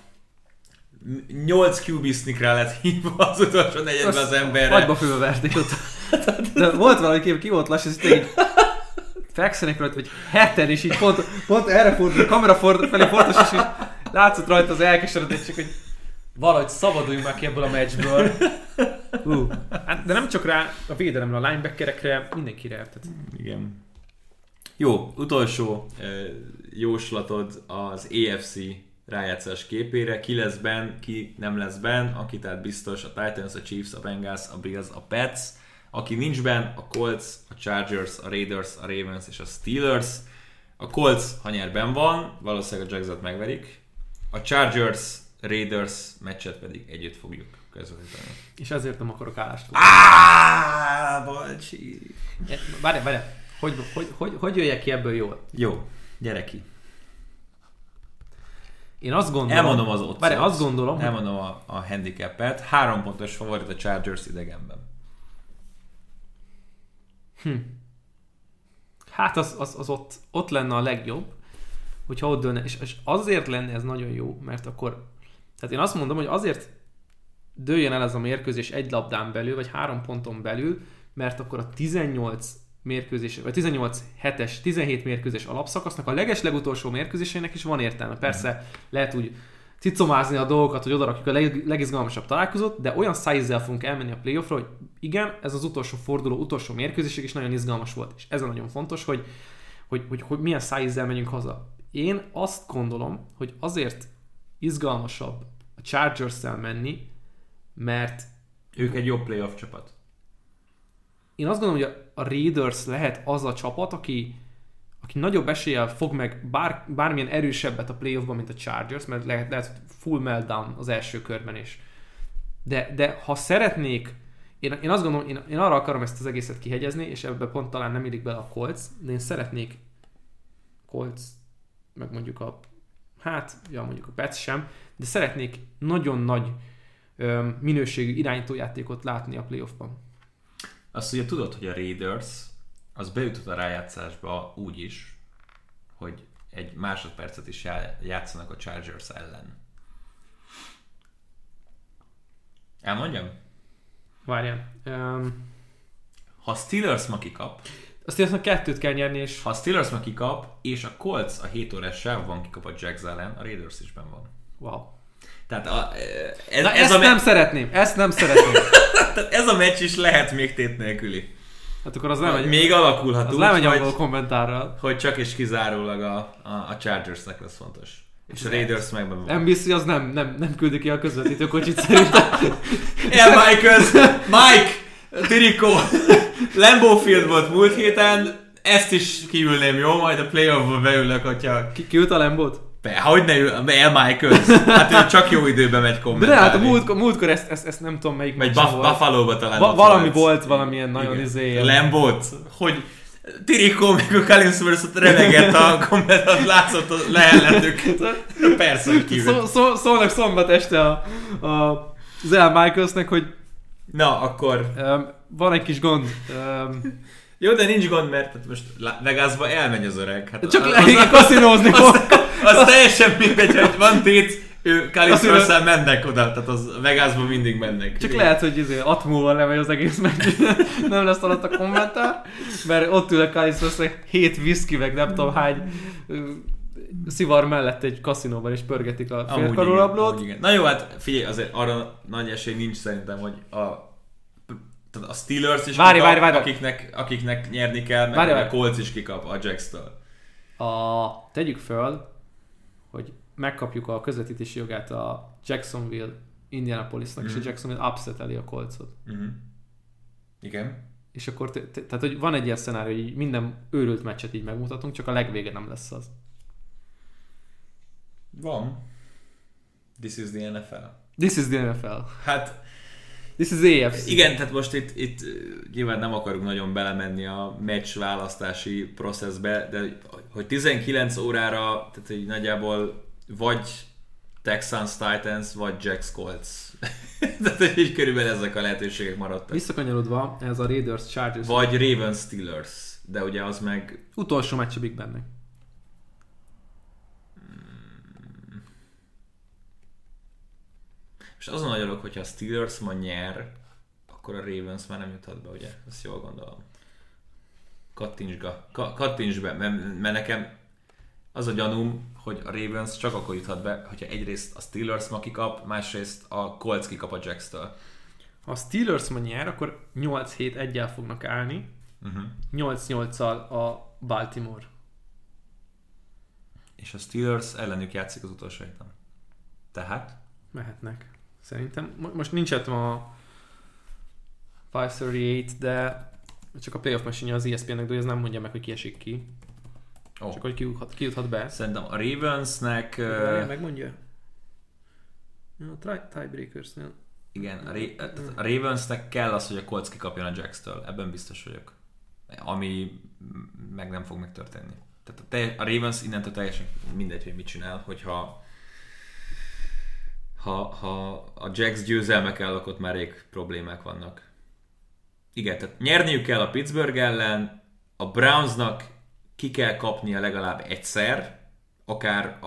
8 QB sneakre lett hívva az utolsó negyedben az emberre. Agyba fölverték ott. De volt valami kép, ki volt lassú, és így fekszenek rajta, vagy heten, és így pont erre fordul, a kamera felé fordul, és így látszott rajta az elkeseredés, csak hogy valahogy szabaduljunk már ki ebből a meccsből. Hát, de nem csak rá a védelemre, a linebackerekre, mindenkire. Tehát. Igen. Jó, utolsó jóslatod az AFC rájátszás képére. Ki lesz benn, ki nem lesz benn, aki tehát biztos, a Titans, a Chiefs, a Bengals, a Bills, a Pats. Aki nincs benn, a Colts, a Chargers, a Raiders, a Ravens és a Steelers. A Colts, ha nyer, benn van, valószínűleg a Jags-et megverik. A Chargers, Raiders meccset pedig együtt fogjuk közvetíteni. És ezért nem akarok állást tudni. Bocsi! Várj. Hogy jöjjek ki ebből jól? Jó, gyere ki. Én azt gondolom... Elmondom az ott. Azt gondolom... Elmondom a handicapet. 3 pontos favorit a Chargers idegenben. Hát az ott lenne a legjobb, hogyha ott dőlne. És azért lenne ez nagyon jó, mert akkor... Tehát én azt mondom, hogy azért dőljön el ez a mérkőzés egy labdán belül, vagy 3 ponton belül, mert akkor a 18 mérkőzés, vagy 18 hetes, 17 mérkőzés alapszakasznak a legutolsó mérkőzésének is van értelme. Persze lehet úgy cicomázni a dolgokat, hogy odarakjuk a legizgalmasabb találkozót, de olyan size-zel fogunk elmenni a playoffra, hogy igen, ez az utolsó forduló, utolsó mérkőzésig is nagyon izgalmas volt. És ez a nagyon fontos, hogy milyen size-zel megyünk haza. Én azt gondolom, hogy azért izgalmasabb a Chargers-szel menni, mert ők egy jobb playoff csapat. Én azt gondolom, hogy a Raiders lehet az a csapat, aki nagyobb eséllyel fog meg bármilyen erősebbet a playoffban, mint a Chargers, mert lehet full meltdown az első körben is. De ha szeretnék, én azt gondolom, én arra akarom ezt az egészet kihegyezni, és ebben pont talán nem illik bele a Colts, de én szeretnék Colts, meg mondjuk mondjuk a Pets sem, de szeretnék nagyon nagy minőségű irányítójátékot látni a playoffban. Azt ugye tudod, hogy a Raiders az bejutott a rájátszásba úgy is, hogy egy másodpercet is játszanak a Chargers ellen. Elmondjam? Várjál. Ha Steelers ma kikap, a Steelersnek 2-t kell nyerni, és... Ha a Steelers ma kikap, és a Colts a 7 órás sávban kikap a Jags ellen, a Raiders is benn van. Wow. Tehát nem szeretném. Tehát ez a meccs is lehet még tét nélküli. Hát akkor az lemegy. Még alakulhat az úgy, lemegy a kommentárral. hogy csak és kizárólag a Chargersnek lesz fontos. És a Raiders meg benn van. NBC az nem küldi ki a közvetítőkocsit szerintem. Mike! Tirikó! Lambeau Field volt múlt héten, ezt is kiülném, jó? Majd a playoffból beülök, hogyha... Ki ült a Lambot? Hogy ne ül, Mike-öz. Hát ő csak jó időben megy kommentálni. De hát a múltkor ezt nem tudom melyik megy volt. Buffalo-ba talán valami volt, valamilyen nagyon Lambot, hogy Tirikó meg a Collinsworth-ot remegett a kommentet, látszott lehelletük. Persze, hogy kívül. Szólnak szombat este az Al Michaelsnek, hogy na, akkor... van egy kis gond. Jó, de nincs gond, mert most Vegasba elmegy az öreg. Hát csak lehet kaszinózni. Az teljesen mindegy, hogy van tét, ő California mennek oda, tehát az Vegasba mindig mennek. Csak lehet, hogy atmóval lemegy az egész meccs, nem lesz alatt a kommentár, mert ott ül a California 7 whisky, meg nem tudom hány szivar mellett egy kaszinóban, és pörgetik a félkarolablót. Na jó, hát figyelj, azért arra nagy esély nincs szerintem, hogy a Steelers is kikap, akiknek nyerni kell, meg a Colts is kikap a Jacks-től. Tegyük föl, hogy megkapjuk a közvetítési jogát a Jacksonville Indianapolisnak, és a Jacksonville upseteli a Coltsot. Igen. És akkor, tehát hogy van egy ilyen szenárió, hogy minden őrült meccset így megmutatunk, csak a legvége nem lesz az. Van. This is the NFL. This is the NFL. Hát... This is AFC. Igen, tehát most itt nyilván nem akarunk nagyon belemenni a meccs választási processzbe, de hogy 19 órára, tehát hogy nagyjából vagy Texans Titans, vagy Jacks Colts. Tehát így körülbelül ezek a lehetőségek maradtak. Visszakanyarodva, ez a Raiders Chargers. Vagy Ravens Steelers, de ugye az meg... Utolsó meccs a Big Bennek. És azon nagy dolog, hogyha a Steelers ma nyer, akkor a Ravens már nem juthat be, ugye? Ezt jól gondolom. Kattints be, mert nekem az a gyanúm, hogy a Ravens csak akkor juthat be, hogyha egyrészt a Steelers ma kikap, másrészt a Colts kikap a Jacks-től. Ha a Steelers ma nyer, akkor 8-7-1-jel fognak állni, 8-8-al a Baltimore. És a Steelers ellenük játszik az utolsó héten. Tehát? Mehetnek. Szerintem. Most nincs a 538, de csak a playoff machine az ESPN-nek, de ez nem mondja meg, hogy ki esik ki. Csak hogy ki juthat be. Szerintem a Ravensnek... Megmondja. A tiebreakersnél. Igen, a Ravensnek kell az, hogy a Colts kikapjon a Jacks-től. Ebben biztos vagyok. Ami meg nem fog megtörténni. Tehát a Ravens innentől teljesen mindegy, hogy mit csinál, hogyha ha a Jacks győzelme kell, akkor ott már rég problémák vannak. Igen, tehát nyerniük kell a Pittsburgh ellen, a Brownsnak ki kell kapnia legalább egyszer, akár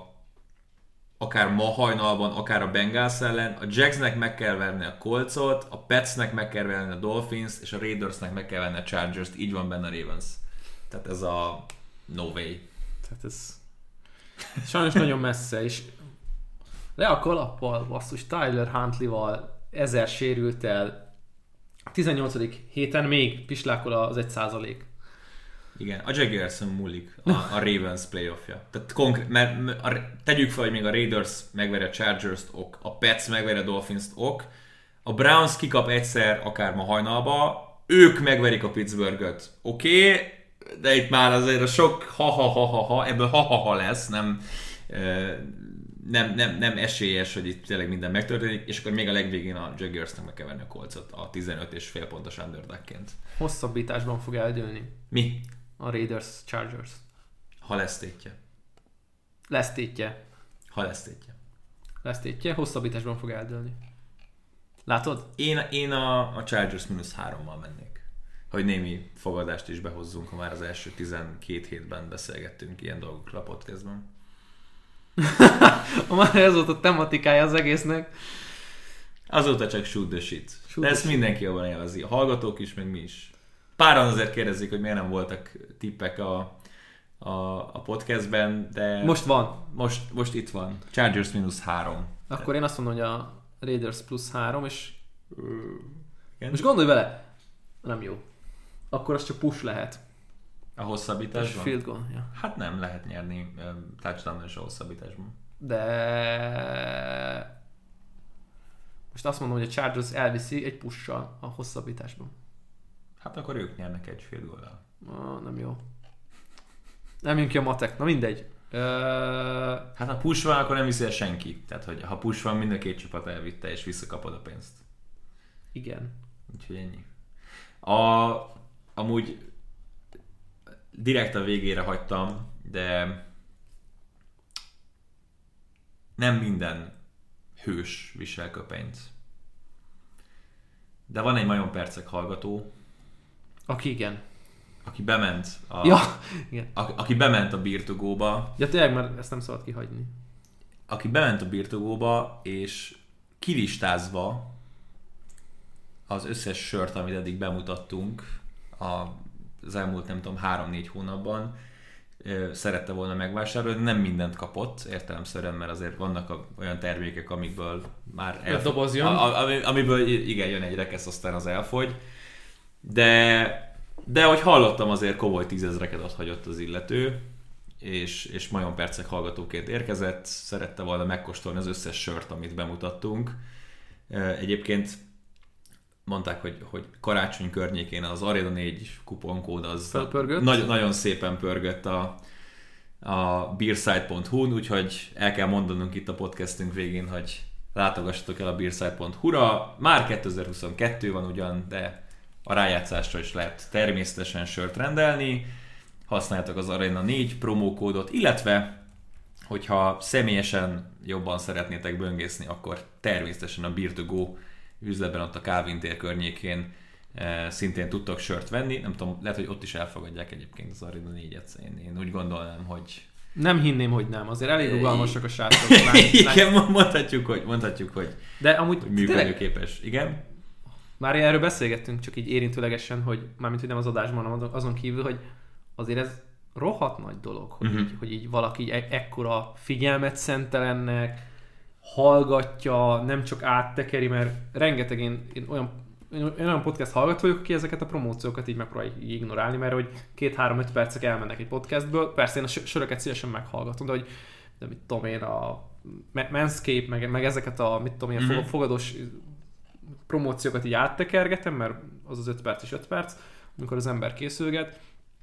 ma hajnalban, akár a Bengals ellen, a Jacksnek meg kell verni a Coltsot, a Petsnek meg kell verni a Dolphins, és a Raidersnek meg kell verni a Chargers-t, így van benne a Ravens. Tehát ez a no way. Tehát ez sajnos nagyon messze, és le a kalappal, basszus, Tyler Huntley-val 1000 sérültel, a 18. héten még pislákol az 1%. Igen, a Jaguars-on múlik a Ravens playoffja. Tehát tegyük fel, hogy még a Raiders megveri a Chargers-t, a Pets megveri a Dolphins-t, a Browns kikap egyszer, akár ma hajnalba, ők megverik a Pittsburgh-öt. Oké, de itt már azért a sok ha-ha-ha-ha-ha, ebből ha-ha-ha lesz, nem esélyes, hogy itt tényleg minden megtörténik, és akkor még a legvégén a Jaguarsnak meg kell venni a Coltsot a 15,5 pontos underdogként. Hosszabbításban fog eldőlni. Mi? A Raiders Chargers. Ha lesz tétje. Lesz tétje. Ha lesz tétje. Lesz tétje, hosszabbításban fog eldőlni. Látod? Én a Chargers -3-mal mennék. hogy némi fogadást is behozzunk, ha már az első 12 hétben beszélgettünk ilyen dolgokra a podcastban. Már ez volt a tematikája az egésznek. Azóta csak shoot the shit. De ezt mindenki jobban élvezi. A hallgatók is, meg mi is. Páran azért kérdezik, hogy miért nem voltak tippek a podcastben, de... Most van. Most itt van. Chargers -3. Akkor én azt mondom, hogy a Raiders +3, és... Igen? Most gondolj vele! Nem jó. Akkor az csak push lehet. A hosszabbításban? Field goal, ja. Hát nem lehet nyerni touchdown és a hosszabbításban. De... Most azt mondom, hogy a Chargers elviszi egy push-sal a hosszabbításban. Hát akkor ők nyernek egy field goal-al. Nem jó. Nem jön ki a matek. Na mindegy. Hát ha push van, akkor nem viszi el senki. Tehát, hogy ha push van, mind a két csapat elvitte, és visszakapod a pénzt. Igen. Úgyhogy ennyi. Amúgy direkt a végére hagytam, de nem minden hős visel köpenyt. De van egy Majom Percek hallgató, Aki igen. aki bement Igen. aki bement a birtogóba. Ja tényleg, mert ezt nem szabad kihagyni. Aki bement a birtogóba, és kilistázva az összes sört, amit eddig bemutattunk az elmúlt, nem tudom, 3-4 hónapban, szerette volna megvásárolni, nem mindent kapott, értelemszerűen, mert azért vannak olyan termékek, amikből már doboz jön. Amiből igen, jön egy rekesz, aztán az elfogy. De ahogy hallottam, azért komoly 10 000-eket ott hagyott az illető, és Majom Percek hallgatóként érkezett, szerette volna megkóstolni az összes sört, amit bemutattunk. Egyébként mondták, hogy karácsony környékén az Arena 4 kuponkód az nagyon szépen pörgött a beerside.hu-n, úgyhogy el kell mondanunk itt a podcastünk végén, hogy látogassatok el a beerside.hu-ra. Már 2022 van ugyan, de a rájátszásra is lehet természetesen sört rendelni. Használjátok az Arena 4 promókódot, illetve hogyha személyesen jobban szeretnétek böngészni, akkor természetesen a Beer to Go üzletben ott a Calvin tér környékén szintén tudtok sört venni. Nem tudom, lehet, hogy ott is elfogadják egyébként az Arena 4-et. Én úgy gondolnám, hogy... Nem hinném, hogy nem. Azért elég rugalmasak a srácok. Igen, mondhatjuk, hogy, de amúgy hogy működőképes. Igen? Már erről beszélgettünk, csak így érintőlegesen, hogy mármint, hogy nem az adásban, hanem azon kívül, hogy azért ez rohadt nagy dolog, hogy így valaki így ekkora figyelmet szentel ennek, hallgatja, nem csak áttekeri, mert rengeteg én olyan podcast hallgató vagyok, aki ezeket a promóciókat így megpróbálja ignorálni, mert hogy 2-3-5 percek elmennek egy podcastből, persze én a söröket szívesen meghallgatom, de mit tudom én, a Manscape, meg ezeket a mit tudom én, fogadós promóciókat így áttekergetem, mert az 5 perc is 5 perc, amikor az ember készülget,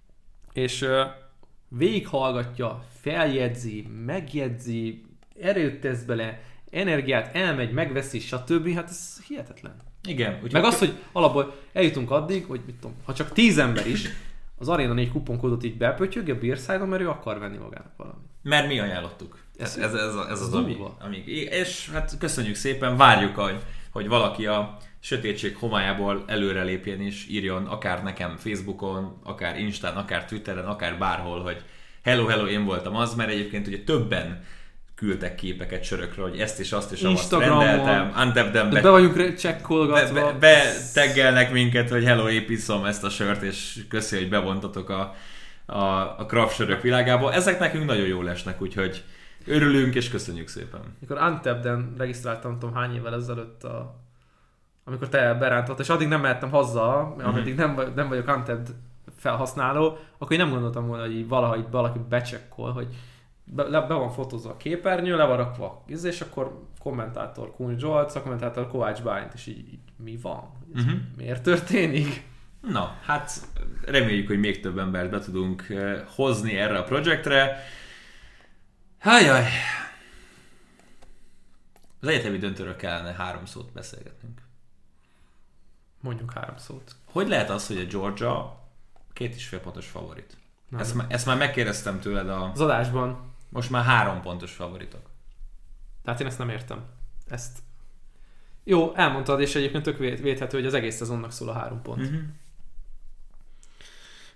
és végighallgatja, feljegyzi, megjegyzi, erőt tesz bele, energiát elmegy, megveszi, stb. Hát ez hihetetlen. Igen. Meg az, hogy alapból eljutunk addig, hogy mit tudom, ha csak 10 ember is az Arena 4 kuponkódot így bepötyög a Beerside-on, mert ő akar venni magának valamit. Mert mi ajánlottuk. Ez az, ami. És hát köszönjük szépen, várjuk, hogy valaki a sötétség homályából előrelépjen és írjon akár nekem Facebookon, akár Instán, akár Twitteren, akár bárhol, hogy hello, én voltam az, mert egyébként ugye többen küldtek képeket sörökről, hogy ezt és azt és azt rendeltem, Antepden be vagyunk csekkolgatva. Beteggelnek minket, hogy hello, építom ezt a sört, és köszi, hogy bevontatok a craft sörök világába. Ezek nekünk nagyon jól esnek, úgyhogy örülünk és köszönjük szépen. Mikor Antepden regisztráltam, nem tudom hány évvel ezelőtt, amikor te berántott, és addig nem mehettem haza, ameddig nem vagyok Antep felhasználó, akkor én nem gondoltam volna, hogy valahogy valaki becsekkol, hogy be van fotózva a képernyő, le van rakva, és akkor kommentátor Kun Zsolt, szakkommentátor Kovács Bálint, és így mi van? Miért történik? Na, hát reméljük, hogy még több embert be tudunk hozni erre a projektre. Hájjaj! Az egyetemi döntőről kellene 3 szót beszélgetnünk. Mondjuk 3 szót. Hogy lehet az, hogy a Georgia 2,5 pontos favorit? Ezt már megkérdeztem tőled az adásban. Most már 3 pontos favoritok. Tehát én ezt nem értem. Ezt... Jó, elmondtad, és egyébként tök védhető, hogy az egész szezonnak szól a 3 pont.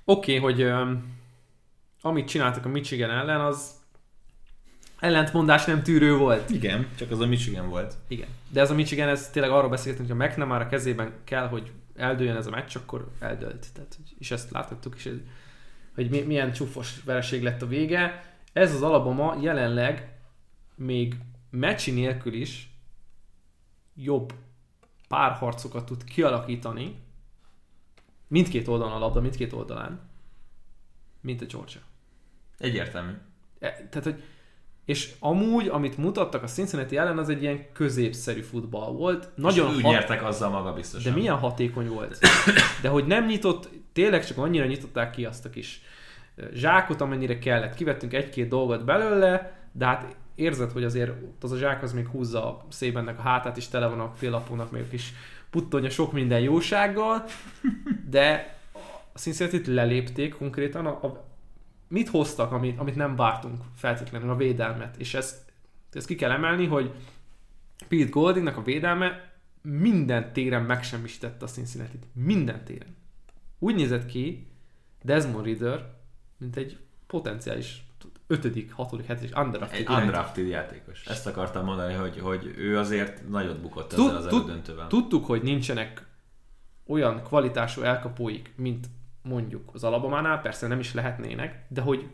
Oké, hogy amit csináltak a Michigan ellen, az ellentmondás nem tűrő volt. Igen, csak az a Michigan volt. Igen. De ez a Michigan, ez tényleg arról beszélgetünk, hogy a McNamara kezében kell, hogy eldőljön ez a meccs, akkor eldőlt. Tehát, és ezt láthattuk is, hogy milyen csúfos vereség lett a vége. Ez az Alabama jelenleg még meccsi nélkül is jobb párharcokat tud kialakítani, mindkét oldalon a labda, mindkét oldalán, mint a Georgia. Egyértelmű. Tehát, hogy és amúgy, amit mutattak a Cincinnati ellen, az egy ilyen középszerű futball volt. Nagyon úgy nyertek azzal maga biztosan. De milyen hatékony volt. De hogy nem nyitott, tényleg csak annyira nyitották ki azt a kis zsákot, amennyire kellett. Kivettünk egy-két dolgot belőle, de hát érzed, hogy azért az a zsák az még húzza a Sabannek a hátát, és tele van a félapónak még a kis puttonya sok minden jósággal, de a Cincinnati-t lelépték konkrétan, mit hoztak, amit nem vártunk feltétlenül, a védelmet. És ezt ki kell emelni, hogy Pete Goldingnak a védelme minden téren megsemmisítette a Cincinnati-t. Minden téren. Úgy nézett ki Desmond Ridder, mint egy potenciális 5., 6., 7. undrafted játékos. Ezt akartam mondani, hogy ő azért nagyot bukott ezzel az elődöntővel. Tudtuk, hogy nincsenek olyan kvalitású elkapóik, mint mondjuk az Alabamánál, persze nem is lehetnének, de hogy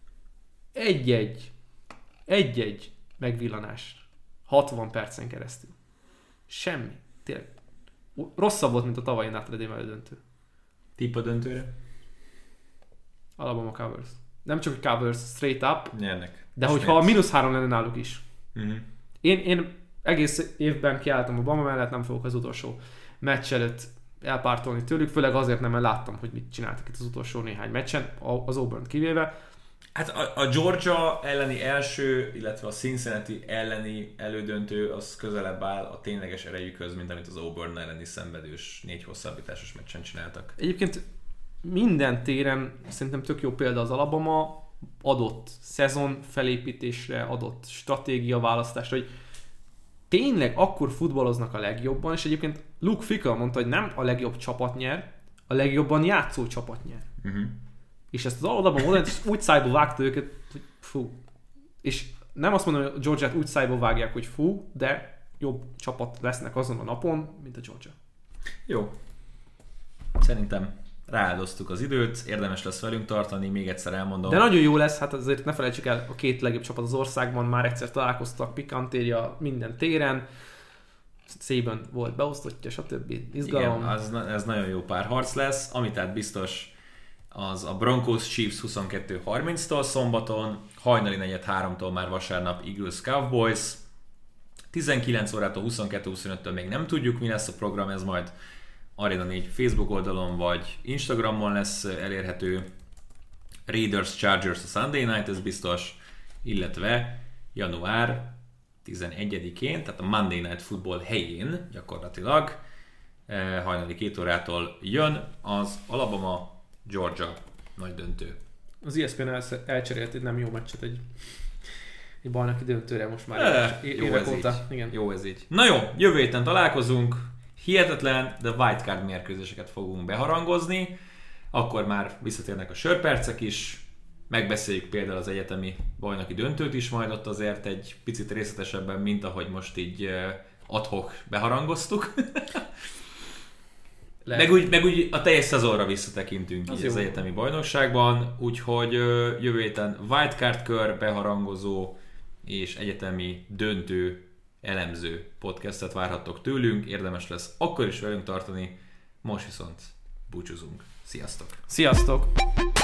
egy-egy megvillanás 60 percen keresztül. Semmi. Tényleg. Rosszabb volt, mint a tavalyi Notre Dame elődöntő. Tipp a döntőre? Alabama Covers. Nem csak Covers, straight up, nyernek. De hogyha a -3 lenne náluk is. Uh-huh. Én egész évben kiálltam a Bama mellett, nem fogok az utolsó meccs előtt elpártolni tőlük, főleg azért nem, mert láttam, hogy mit csináltak itt az utolsó néhány meccsen, az Auburn kivéve. Hát a Georgia elleni első, illetve a Cincinnati elleni elődöntő az közelebb áll a tényleges erejükhöz, mint amit az Auburn elleni szenvedős 4 hosszabbításos meccsen csináltak. Egyébként minden téren szerintem tök jó példa az Alabama, adott szezon felépítésre, adott stratégia választásra, hogy tényleg akkor futballoznak a legjobban, és egyébként Luke Fickell mondta, hogy nem a legjobb csapat nyer, a legjobban játszó csapat nyer. Uh-huh. És ezt az Alabama modern úgy szájba vágta őket, hogy fú. És nem azt mondom, hogy a Georgiát úgy szájba vágják, hogy fú, de jobb csapat lesznek azon a napon, mint a Georgia. Jó. Szerintem rááldoztuk az időt, érdemes lesz velünk tartani, még egyszer elmondom. De nagyon jó lesz, hát azért ne felejtsük el, a 2 legjobb csapat az országban már egyszer találkoztak, pikantéria minden téren, Saban volt beosztottja, stb. Izgalom. Igen, ez nagyon jó párharc lesz, ami tehát biztos az a Broncos Chiefs 22-30-tól szombaton, hajnali 4-3-tól már vasárnap Eagles Cowboys, 19 órától 22-25-től még nem tudjuk, mi lesz a program, ez majd Arena 4 Facebook oldalon vagy Instagramon lesz elérhető. Raiders Chargers a Sunday Night, ez biztos, illetve január 11-én, tehát a Monday Night Football helyén gyakorlatilag hajnali 2 órától jön az Alabama Georgia nagy döntő. Az ESPN elcserélt egy nem jó meccset egy bajnoki döntőre most már évek óta. Igen. Jó ez így. Na jó, jövő héten találkozunk. Hihetetlen, de wildcard mérkőzéseket fogunk beharangozni. Akkor már visszatérnek a sörpercek is. Megbeszéljük például az egyetemi bajnoki döntőt is majd ott azért egy picit részletesebben, mint ahogy most így ad-hoc beharangoztuk. meg úgy a teljes szezonra visszatekintünk az egyetemi bajnokságban, úgyhogy jövő héten wildcard kör, beharangozó és egyetemi döntő elemző podcastet várhattok tőlünk, érdemes lesz akkor is velünk tartani, most viszont búcsúzunk. Sziasztok! Sziasztok!